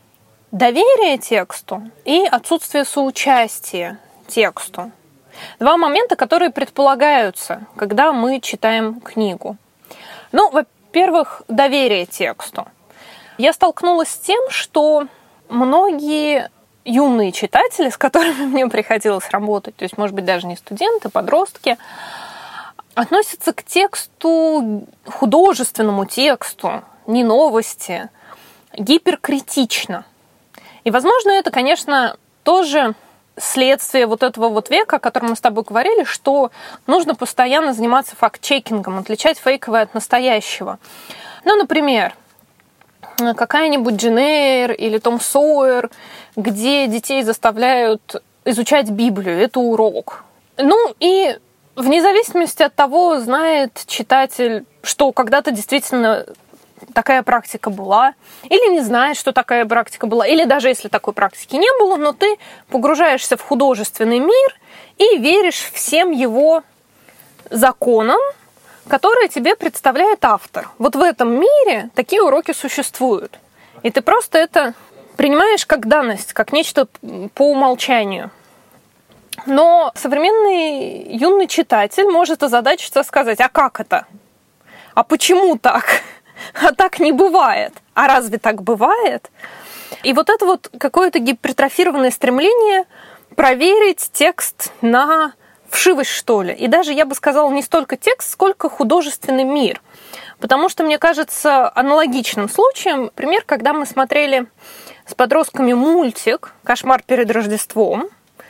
доверия тексту и отсутствие соучастия тексту. Два момента, которые предполагаются, когда мы читаем книгу. Ну, во-первых, доверие тексту. Я столкнулась с тем, что многие юные читатели, с которыми мне приходилось работать, то есть, может быть, даже не студенты, подростки, относятся к тексту, художественному тексту, не новости, гиперкритично. И, возможно, это, конечно, тоже следствие вот этого вот века, о котором мы с тобой говорили, что нужно постоянно заниматься факт-чекингом, отличать фейковое от настоящего. Ну, например, какая-нибудь Джейн Эйр или Том Сойер, где детей заставляют изучать Библию. Это урок. Ну, и вне зависимости от того, знает читатель, что когда-то действительно такая практика была, или не знает, что такая практика была, или даже если такой практики не было, но ты погружаешься в художественный мир и веришь всем его законам, которые тебе представляет автор. Вот в этом мире такие уроки существуют. И ты просто это принимаешь как данность, как нечто по умолчанию. Но современный юный читатель может озадачиться сказать: а как это? А почему так? А так не бывает. А разве так бывает? И вот это вот какое-то гипертрофированное стремление проверить текст на вшивость, что ли. И даже, я бы сказала, не столько текст, сколько художественный мир. Потому что, мне кажется, аналогичным случаем пример, когда мы смотрели с подростками мультик «Кошмар перед Рождеством».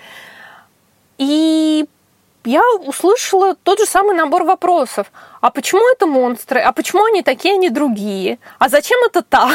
И я услышала тот же самый набор вопросов. А почему это монстры? А почему они такие, а не другие? А зачем это так?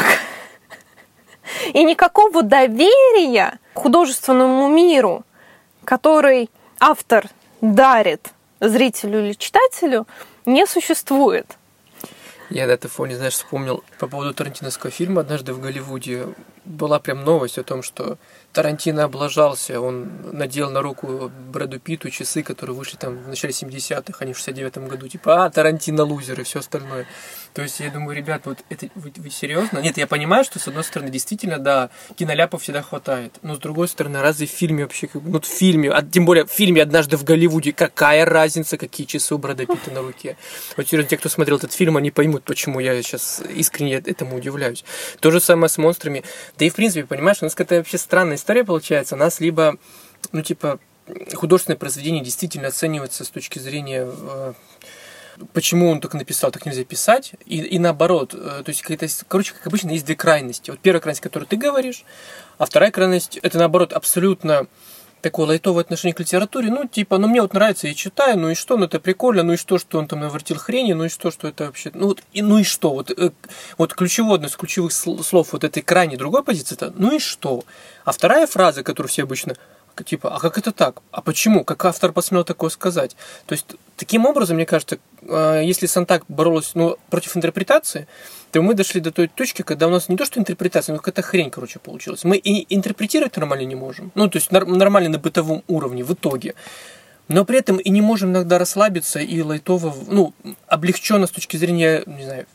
И никакого доверия художественному миру, который автор дарит зрителю или читателю, не существует. Я на этом фоне, знаешь, вспомнил по поводу тарантиновского фильма «Однажды в Голливуде». Была прям новость о том, что Тарантино облажался, он надел на руку Брэду Питту часы, которые вышли там в начале семидесятых, они в шестьдесят девятом году, типа, а, Тарантино лузер и все остальное. То есть я думаю, ребят, вот это вы, вы серьезно? Нет, я понимаю, что с одной стороны, действительно, да, киноляпов всегда хватает, но с другой стороны, разве в фильме вообще, ну, в фильме, а тем более в фильме «Однажды в Голливуде», какая разница, какие часы у Брэда Питта на руке? Вот серьезно, те, кто смотрел этот фильм, они поймут, почему я сейчас искренне этому удивляюсь. То же самое с монстрами. Да и в принципе, понимаешь, у нас какая-то вообще странная история получается. У нас либо, ну, типа, художественное произведение действительно оценивается с точки зрения, э, почему он так написал, так нельзя писать, и, и наоборот. Э, то есть, какая-то, короче, как обычно, есть две крайности. Вот первая крайность, о которой ты говоришь, а вторая крайность, это, наоборот, абсолютно такое лайтовое отношение к литературе. Ну, типа, ну, мне вот нравится, я читаю, ну и что, ну, это прикольно, ну и что, что он там навертел хрени, ну и что, что это вообще, ну, вот, и, ну и что, вот, э, вот ключевое, одно из ключевых слов вот этой крайней другой позиции, это ну и что. А вторая фраза, которую все обычно, типа, а как это так? А почему? Как автор посмел такое сказать? То есть, таким образом, мне кажется, если Сантак боролась, ну, против интерпретации, то мы дошли до той точки, когда у нас не то, что интерпретация, но какая-то хрень, короче, получилась. Мы и интерпретировать нормально не можем. Ну, то есть, нормально на бытовом уровне в итоге. Но при этом и не можем иногда расслабиться и лайтово, ну, облегченно с точки зрения, не знаю,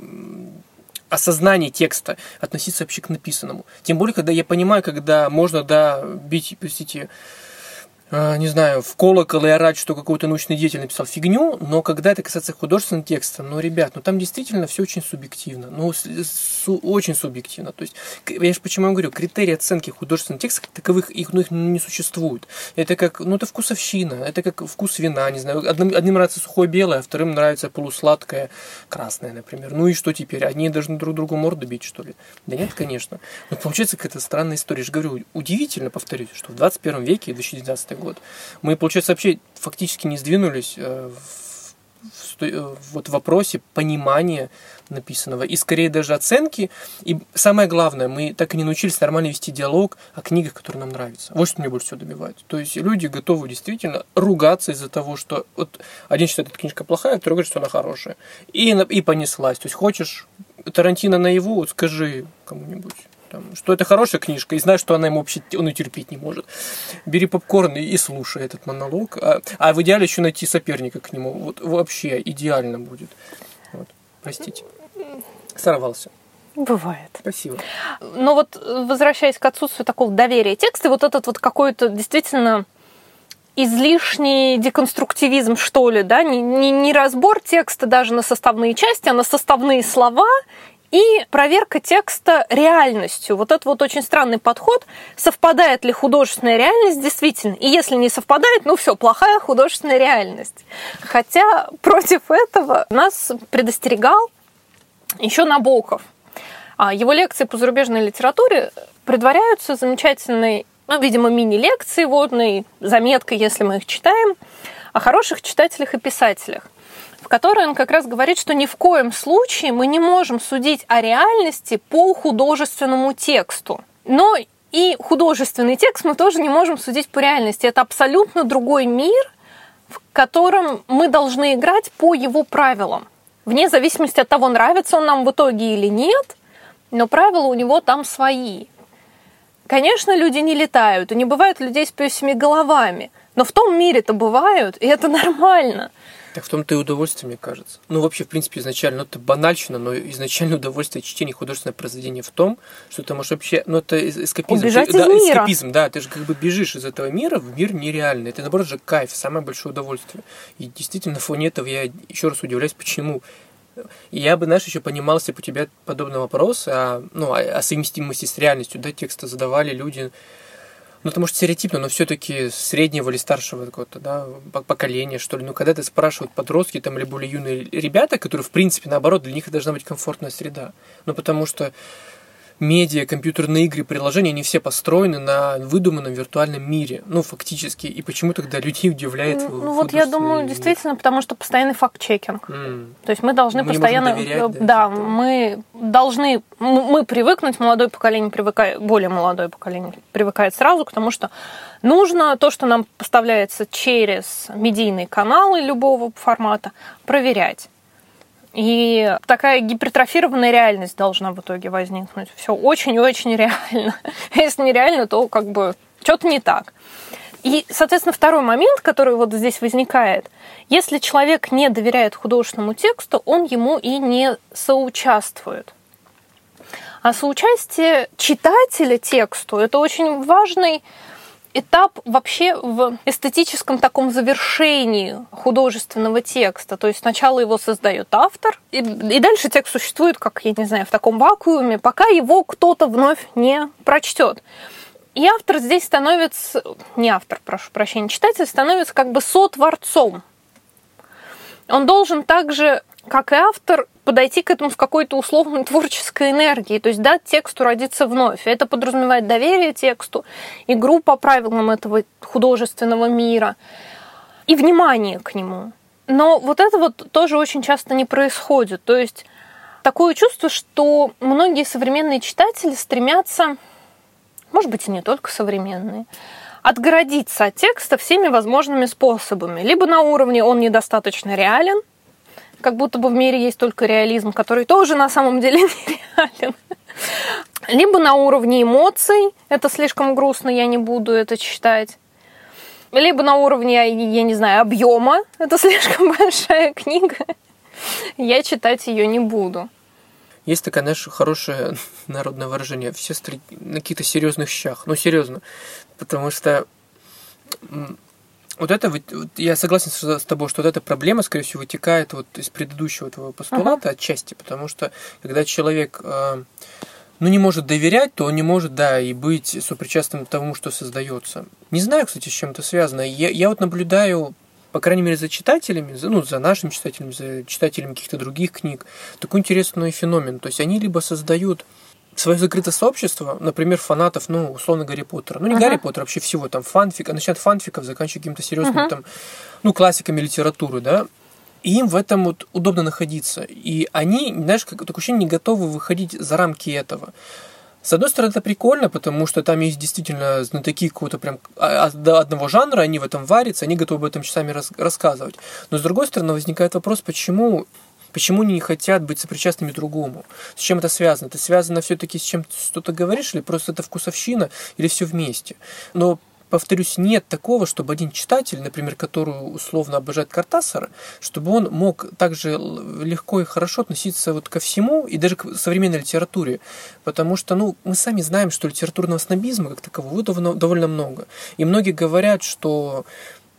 осознание текста относиться вообще к написанному. Тем более, когда я понимаю, когда можно, да, бить, простите, э, не знаю, в колокол и орать, что какой-то научный деятель написал фигню, но когда это касается художественного текста, ну, ребят, ну, там действительно все очень субъективно, ну, су- очень субъективно. То есть, я же почему я говорю, критерии оценки художественного текста, как таковых, их, ну, их не существует. Это как, ну, это вкусовщина, это как вкус вина, не знаю, одним, одним нравится сухое белое, а вторым нравится полусладкое красное, например. Ну и что теперь? Одни должны друг другу морду бить, что ли? Да нет, конечно. Но получается какая-то странная история. Я же говорю, удивительно, повторюсь, что в двадцать первом веке, две тысячи девятнадцатый год, мы, получается, вообще фактически не сдвинулись э, в, в, в вот вопросе понимания написанного и скорее даже оценки. И самое главное, мы так и не научились нормально вести диалог о книгах, которые нам нравятся. Вот что мне больше всего добивает. То есть люди готовы действительно ругаться из-за того, что вот один считает, эта книжка плохая, другой говорит, что она хорошая. И, и понеслась. То есть хочешь Тарантино наяву, вот скажи кому-нибудь, там, что это хорошая книжка, и знаешь, что она ему вообще, он и терпеть не может. Бери попкорн и, и слушай этот монолог. А, а в идеале еще найти соперника к нему. Вот вообще идеально будет. Вот. Простите. Сорвался. Бывает. Спасибо. Но вот, возвращаясь к отсутствию такого доверия текста, вот этот вот какой-то действительно излишний деконструктивизм, что ли, да, не, не, не разбор текста даже на составные части, а на составные слова и проверка текста реальностью. Вот это вот очень странный подход. Совпадает ли художественная реальность действительно? И если не совпадает, ну все, плохая художественная реальность. Хотя против этого нас предостерегал еще Набоков. Его лекции по зарубежной литературе предваряются замечательной, ну, видимо, мини-лекции водной, заметкой, если мы их читаем, о хороших читателях и писателях, в которой он как раз говорит, что ни в коем случае мы не можем судить о реальности по художественному тексту. Но и художественный текст мы тоже не можем судить по реальности. Это абсолютно другой мир, в котором мы должны играть по его правилам. Вне зависимости от того, нравится он нам в итоге или нет, но правила у него там свои. Конечно, люди не летают, и не бывает людей с пёсьими головами, но в том мире-то бывают, и это нормально. Так в том-то и удовольствие, мне кажется. Ну, вообще, в принципе, изначально, ну, это банальщина, но изначально удовольствие чтения художественного произведения в том, что ты можешь вообще, ну, это эскапизм. Убежать ты, из да, мира. Эскапизм, да, ты же как бы бежишь из этого мира в мир нереальный. Это, наоборот, же кайф, самое большое удовольствие. И действительно, на фоне этого я еще раз удивляюсь, почему. И я бы, знаешь, еще понимал, если бы у тебя подобный вопрос о, ну, о совместимости с реальностью, да, текста задавали люди, ну, это может стереотипно, но все-таки среднего или старшего какого-то, да, поколения, что ли. Ну, когда ты спрашивают подростки, там, или более юные ребята, которые, в принципе, наоборот, для них должна быть комфортная среда. Ну, потому что медиа, компьютерные игры, приложения, они все построены на выдуманном виртуальном мире. Ну, фактически. И почему тогда людей удивляет? Ну, вот я думаю, мир? Действительно, потому что постоянный факт-чекинг. Mm. То есть мы должны мы постоянно... Доверять, да, да, мы должны... Мы привыкнуть, молодое поколение привыкает, более молодое поколение привыкает сразу к тому, что нужно то, что нам поставляется через медийные каналы любого формата, проверять. И такая гипертрофированная реальность должна в итоге возникнуть. Все очень-очень реально. Если нереально, то как бы что-то не так. И, соответственно, второй момент, который вот здесь возникает, если человек не доверяет художественному тексту, он ему и не соучаствует. А соучастие читателя тексту – это очень важный этап вообще в эстетическом таком завершении художественного текста. То есть сначала его создает автор, и, и дальше текст существует, как, я не знаю, в таком вакууме, пока его кто-то вновь не прочтет. И автор здесь становится, не автор, прошу прощения, читатель становится как бы сотворцом. Он должен также, как и автор, подойти к этому с какой-то условной творческой энергией, то есть дать тексту родиться вновь. Это подразумевает доверие тексту, игру по правилам этого художественного мира и внимание к нему. Но вот это вот тоже очень часто не происходит. То есть такое чувство, что многие современные читатели стремятся, может быть, и не только современные, отгородиться от текста всеми возможными способами. Либо на уровне он недостаточно реален, как будто бы в мире есть только реализм, который тоже на самом деле нереален. Либо на уровне эмоций, это слишком грустно, я не буду это читать. Либо на уровне, я не знаю, объема, это слишком большая книга, я читать ее не буду. Есть такое, знаешь, хорошее народное выражение, все на каких-то серьезных щах. Ну, серьезно. Потому что вот это, вот, я согласен с тобой, что вот эта проблема, скорее всего, вытекает вот из предыдущего твоего постулата uh-huh. отчасти, потому что когда человек э, ну, не может доверять, то он не может, да, и быть сопричастным к тому, что создается. Не знаю, кстати, с чем это связано. Я, я вот наблюдаю, по крайней мере, за читателями, за, ну, за нашими читателями, за читателями каких-то других книг, такой интересный феномен. То есть они либо создают свое закрытое сообщество, например, фанатов, ну, условно, Гарри Поттера. Ну, не uh-huh. Гарри Поттера, вообще всего, там, фанфик, начинают фанфиков, заканчивая какими-то серьезными, uh-huh. там, ну, классиками литературы, да, и им в этом вот удобно находиться. И они, знаешь, как такое ощущение, не готовы выходить за рамки этого. С одной стороны, это прикольно, потому что там есть действительно знатоки какого-то прям одного жанра, они в этом варятся, они готовы об этом часами рас- рассказывать. Но, с другой стороны, возникает вопрос, почему... Почему они не хотят быть сопричастными другому? С чем это связано? Это связано все-таки с чем что-то говоришь, или просто это вкусовщина, или все вместе? Но, повторюсь, нет такого, чтобы один читатель, например, который условно обожает Кортасара, чтобы он мог также легко и хорошо относиться вот ко всему, и даже к современной литературе. Потому что, ну, мы сами знаем, что литературного снобизма как такового довольно, довольно много. И многие говорят, что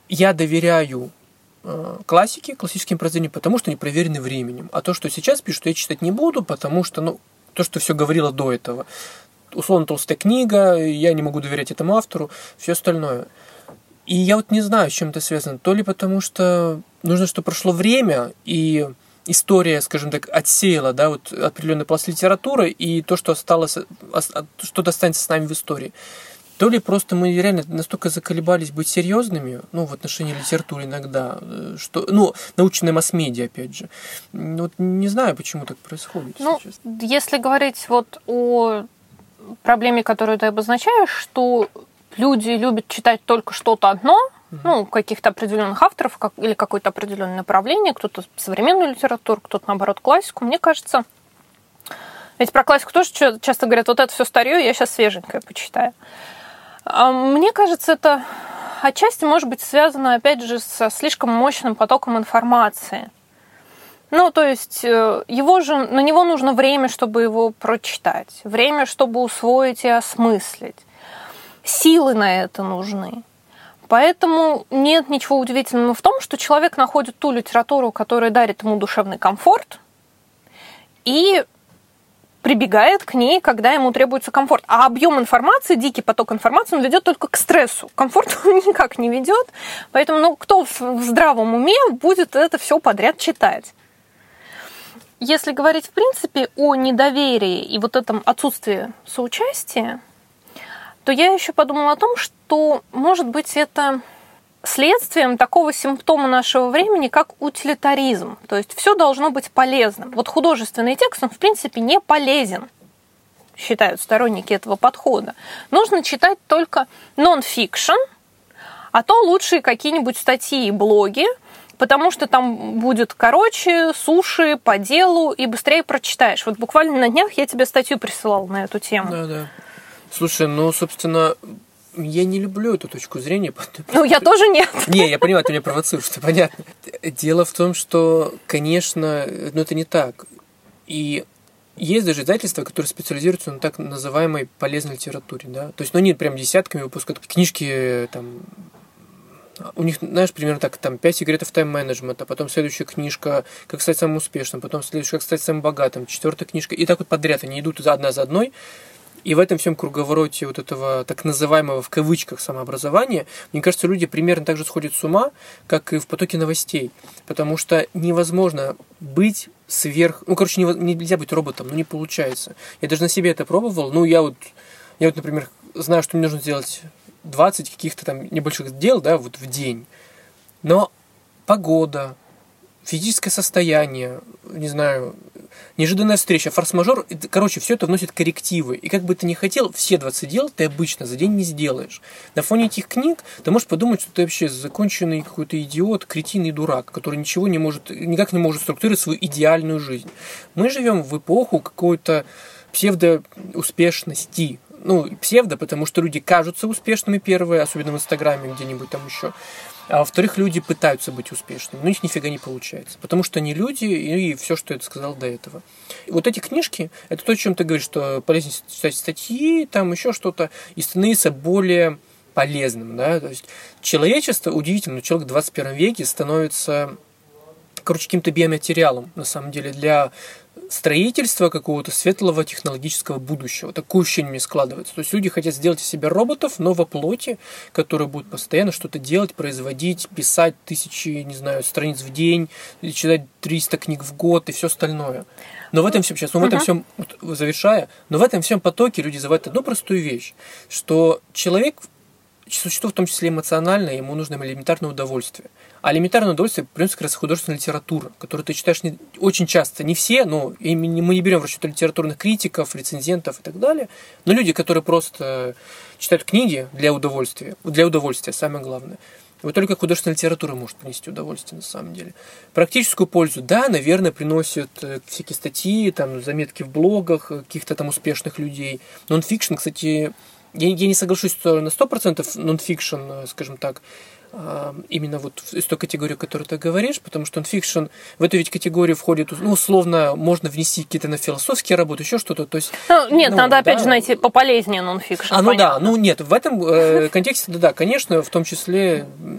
я доверяю э, классике, классическим произведениям, потому что они проверены временем. А то, что сейчас пишут, я читать не буду, потому что, ну, то, что все говорило до этого. Условно, толстая книга, я не могу доверять этому автору, все остальное. И я вот не знаю, с чем это связано. То ли потому, что нужно, чтобы прошло время, и история, скажем так, отсеяла, да, вот определенный пласт литературы, и то, что осталось, что-то останется с нами в истории. То ли просто мы реально настолько заколебались быть серьезными, ну, в отношении литературы иногда, что, ну, научная масс-медиа, опять же. Вот не знаю, почему так происходит. Ну, сейчас. Если говорить вот о проблеме, которую ты обозначаешь, что люди любят читать только что-то одно, uh-huh. ну, каких-то определенных авторов как, или какое-то определенное направление, кто-то современную литературу, кто-то, наоборот, классику. Мне кажется, ведь про классику тоже часто говорят, вот это все старье, я сейчас свеженькое почитаю. Мне кажется, это отчасти может быть связано, опять же, со слишком мощным потоком информации. Ну, то есть его же, на него нужно время, чтобы его прочитать, время, чтобы усвоить и осмыслить. Силы на это нужны. Поэтому нет ничего удивительного в том, что человек находит ту литературу, которая дарит ему душевный комфорт, и прибегает к ней, когда ему требуется комфорт. А объем информации, дикий поток информации, он ведет только к стрессу. Комфорт он никак не ведет. Поэтому ну, кто в здравом уме будет это все подряд читать? Если говорить, в принципе, о недоверии и вот этом отсутствии соучастия, то я еще подумала о том, что, может быть, это следствием такого симптома нашего времени, как утилитаризм. То есть все должно быть полезным. Вот художественный текст, он, в принципе, не полезен, считают сторонники этого подхода. Нужно читать только нон-фикшн, а то лучше какие-нибудь статьи и блоги, потому что там будет короче, суше, по делу, и быстрее прочитаешь. Вот буквально на днях я тебе статью присылала на эту тему. Да, да. Слушай, ну, собственно, я не люблю эту точку зрения. Ну, я тоже нет. Не, я понимаю, ты меня провоцируешь, это понятно. Дело в том, что, конечно, ну, это не так. И есть даже издательства, которые специализируются на так называемой полезной литературе, да. То есть, ну, они прям десятками выпускают книжки, там, у них, знаешь, примерно так, там, пять секретов тайм-менеджмента, потом следующая книжка «Как стать самым успешным», потом следующая «Как стать самым богатым», четвертая книжка, и так вот подряд, они идут одна за одной. И в этом всем круговороте вот этого так называемого в кавычках самообразования, мне кажется, люди примерно так же сходят с ума, как и в потоке новостей. Потому что невозможно быть сверх... Ну, короче, нельзя быть роботом, ну, не получается. Я даже на себе это пробовал. Ну, я вот, я вот, например, знаю, что мне нужно сделать двадцать каких-то там небольших дел, да, вот в день. Но погода, физическое состояние, не знаю... неожиданная встреча, форс-мажор, короче, все это вносит коррективы. И как бы ты ни хотел, все двадцать дел ты обычно за день не сделаешь. На фоне этих книг ты можешь подумать, что ты вообще законченный какой-то идиот, кретин и дурак, который ничего не может, никак не может структурировать свою идеальную жизнь. Мы живем в эпоху какой-то псевдоуспешности. Ну, псевдо, потому что люди кажутся успешными, первые, особенно в Инстаграме, где-нибудь там еще. А во-вторых, люди пытаются быть успешными, но у них нифига не получается, потому что они люди, и все, что я сказал до этого. И вот эти книжки, это то, о чем ты говоришь, что полезнее читать статьи, там еще что-то, и становиться более полезным, да, то есть человечество, удивительно, человек в двадцать первом веке становится, короче, каким-то биоматериалом, на самом деле, для строительства какого-то светлого технологического будущего. Такое ощущение мне складывается. То есть люди хотят сделать из себя роботов, но во плоти, которые будут постоянно что-то делать, производить, писать тысячи, не знаю, страниц в день, читать триста книг в год и все остальное. Но в этом всем, сейчас, ну, в этом всем, завершая, но в этом всем потоке люди забывают одну простую вещь, что человек, существо в том числе эмоциональное, ему нужно элементарное удовольствие. А элементарное удовольствие приносит как раз художественная литература, которую ты читаешь не, очень часто. Не все, но мы не берем в расчет литературных критиков, рецензентов и так далее, но люди, которые просто читают книги для удовольствия, для удовольствия, самое главное. Вот только художественная литература может принести удовольствие на самом деле. Практическую пользу, да, наверное, приносят всякие статьи, там, заметки в блогах каких-то там успешных людей. Нонфикшн, кстати, я, я не соглашусь на сто процентов нонфикшн, скажем так, именно вот из той категории, о которой ты говоришь, потому что нонфикшн, в эту ведь категорию входит, ну, условно, можно внести какие-то на философские работы, еще что-то, то есть... Ну, нет, ну, надо, да. опять же, найти пополезнее нонфикшн. А, ну понятно. да, ну нет, в этом э, контексте, да, да, конечно, в том числе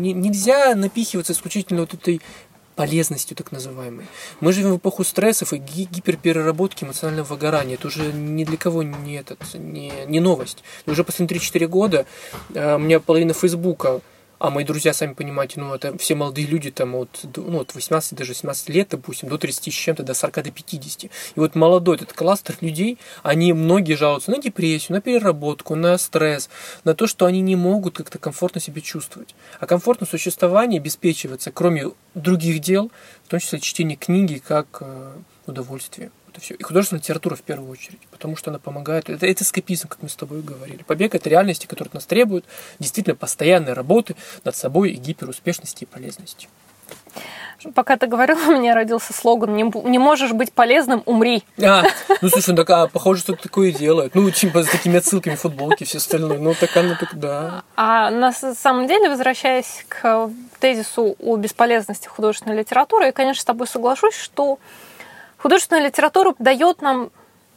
не, нельзя напихиваться исключительно вот этой полезностью так называемой. Мы живем в эпоху стрессов и ги- гиперпереработки, эмоционального выгорания. Это уже ни для кого не, этот, не, не новость. Уже последние три-четыре года э, у меня половина Фейсбука, а мои друзья, сами понимаете, ну, это все молодые люди, там, от, ну, от восемнадцати, даже семнадцати лет, допустим, до тридцати с чем-то, до сорока, до пятидесяти. И вот молодой этот кластер людей, они многие жалуются на депрессию, на переработку, на стресс, на то, что они не могут как-то комфортно себя чувствовать. А комфортное существование обеспечивается, кроме других дел, в том числе чтение книги, как э, удовольствие. Это все. И художественная литература в первую очередь, потому что она помогает. Это, это эскапизм, как мы с тобой говорили. Побег от реальности, которая от нас требует действительно постоянной работы над собой и гиперуспешности и полезности. Пока ты говорил, у меня родился слоган: «Не, не можешь быть полезным, умри». А, ну слушай, ну, так, а, похоже, что такое делает. Ну, типа с такими отсылками футболки, все остальное. Ну, так она так, да. А на самом деле, возвращаясь к тезису о бесполезности художественной литературы, я, конечно, с тобой соглашусь, что художественная литература дает нам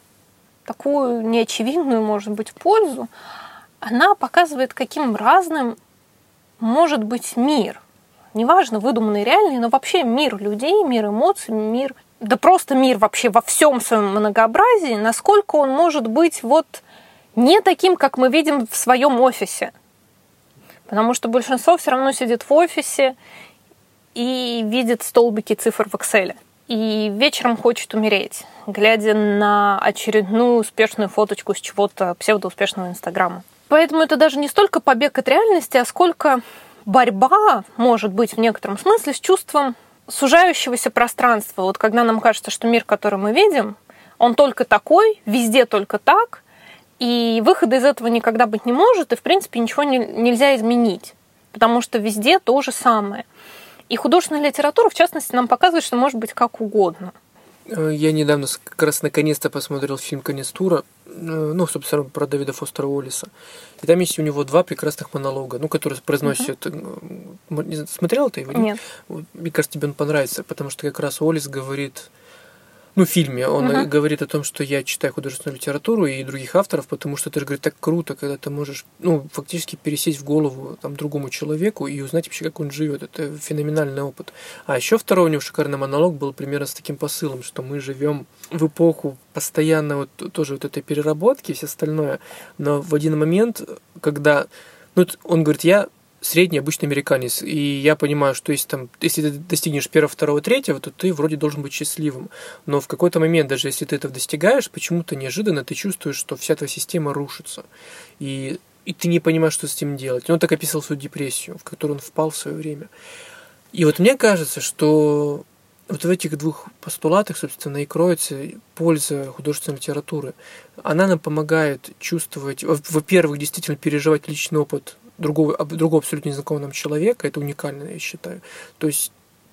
такую неочевидную, может быть, пользу. Она показывает, каким разным может быть мир. Неважно, выдуманный, реальный, но вообще мир людей, мир эмоций, мир, да просто мир вообще во всем своем многообразии, насколько он может быть вот не таким, как мы видим в своем офисе. Потому что большинство все равно сидит в офисе и видит столбики цифр в Excel. И вечером хочет умереть, глядя на очередную успешную фоточку с чего-то псевдоуспешного Инстаграма. Поэтому это даже не столько побег от реальности, а сколько борьба, может быть, в некотором смысле, с чувством сужающегося пространства. Вот когда нам кажется, что мир, который мы видим, он только такой, везде только так, и выхода из этого никогда быть не может, и, в принципе, ничего не, нельзя изменить, потому что везде то же самое. И художественная литература, в частности, нам показывает, что может быть как угодно. Я недавно как раз наконец-то посмотрел фильм «Конец тура», ну, собственно, про Дэвида Фостера Уоллиса. И там есть у него два прекрасных монолога, ну, которые произносят... Uh-huh. Смотрел ты его? Нет. Мне кажется, тебе он понравится, потому что как раз Уоллис говорит... Ну, в фильме он uh-huh. говорит о том, что я читаю художественную литературу и других авторов, потому что это же, говорит, так круто, когда ты можешь, ну, фактически пересесть в голову там, другому человеку и узнать вообще, как он живет. Это феноменальный опыт. А еще второй у него шикарный монолог был примерно с таким посылом, что мы живем в эпоху постоянно вот тоже вот этой переработки и все остальное, но в один момент, когда, ну, он говорит, я средний обычный американец, и я понимаю, что если, там, если ты достигнешь первого, второго, третьего, то ты вроде должен быть счастливым. Но в какой-то момент, даже если ты этого достигаешь, почему-то неожиданно ты чувствуешь, что вся твоя система рушится. И, и ты не понимаешь, что с этим делать. И он так описал свою депрессию, в которую он впал в свое время. И вот мне кажется, что вот в этих двух постулатах, собственно, и кроется польза художественной литературы. Она нам помогает чувствовать, во-первых, действительно переживать личный опыт другого, другого абсолютно незнакомого нам человека. Это уникально, я считаю. То есть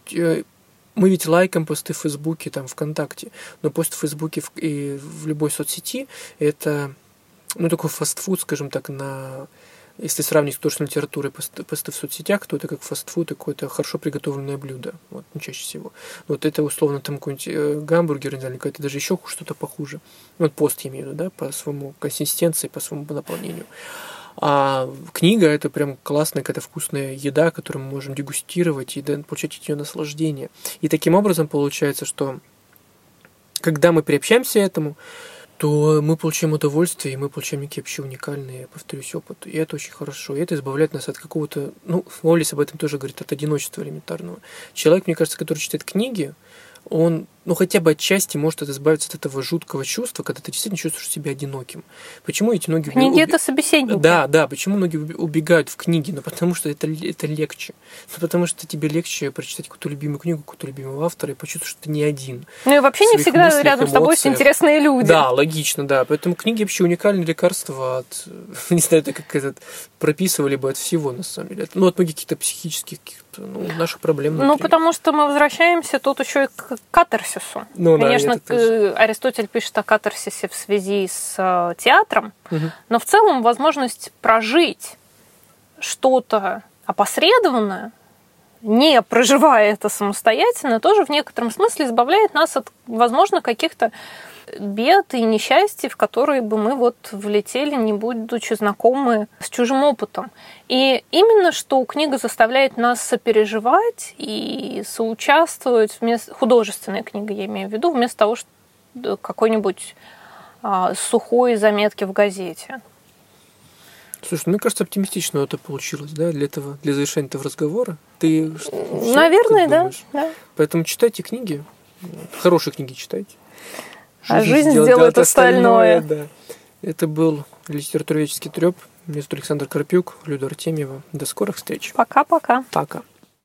мы ведь лайкаем посты в Фейсбуке, там, ВКонтакте, но пост в Фейсбуке и в любой соцсети это, ну, такой фастфуд, скажем так, на... Если сравнить с художественной литературой посты, посты в соцсетях, то это как фастфуд, какое-то хорошо приготовленное блюдо, вот, ну, чаще всего. Вот это условно там какой-нибудь гамбургер, или какое-то даже еще что-то похуже. Вот пост я имею в виду, да, по своему консистенции, по своему наполнению. А книга — это прям классная какая-то вкусная еда, которую мы можем дегустировать и получать от нее наслаждение. И таким образом получается, что когда мы приобщаемся к этому, то мы получаем удовольствие, и мы получаем некий вообще уникальный, я повторюсь, опыт. И это очень хорошо. И это избавляет нас от какого-то... Ну, Уоллис об этом тоже говорит, от одиночества элементарного. Человек, мне кажется, который читает книги, он, ну, хотя бы отчасти может избавиться от этого жуткого чувства, когда ты действительно чувствуешь себя одиноким. Почему эти многие... Книги убег... — это собеседники. Да, да, почему многие убегают в книги? Ну, потому что это, это легче. Ну, потому что тебе легче прочитать какую-то любимую книгу, какого-то любимого автора и почувствовать, что ты не один. Ну, и вообще не всегда мыслях, рядом эмоциях. С тобой есть интересные люди. Да, логично, да. Поэтому книги вообще уникальное лекарство от... Не знаю, это как этот... Прописывали бы от всего, на самом деле. Ну, от многих каких-то психических, каких-то, ну, наших проблем. Ну, потому что мы возвращаемся тут еще и к катарсису. Ну, конечно, да, Аристотель пишет о катарсисе в связи с э, театром, угу. Но в целом возможность прожить что-то опосредованное, не проживая это самостоятельно, тоже в некотором смысле избавляет нас от, возможно, каких-то бед и несчастий, в которые бы мы вот влетели, не будучи знакомы с чужим опытом. И именно что книга заставляет нас сопереживать и соучаствовать, вместо... художественная книга, я имею в виду, вместо того, что какой-нибудь а, сухой заметки в газете. Слушай, ну, мне кажется, оптимистично это получилось, да, для этого, для завершения этого разговора. Ты что, Наверное, да, да. Поэтому читайте книги, хорошие книги читайте. Жизнь а жизнь сделает, сделает остальное. остальное да. Это был литературоведческий трёп. Меня зовут Александр Карпюк, Люда Артемьева. До скорых встреч. Пока-пока. Пока.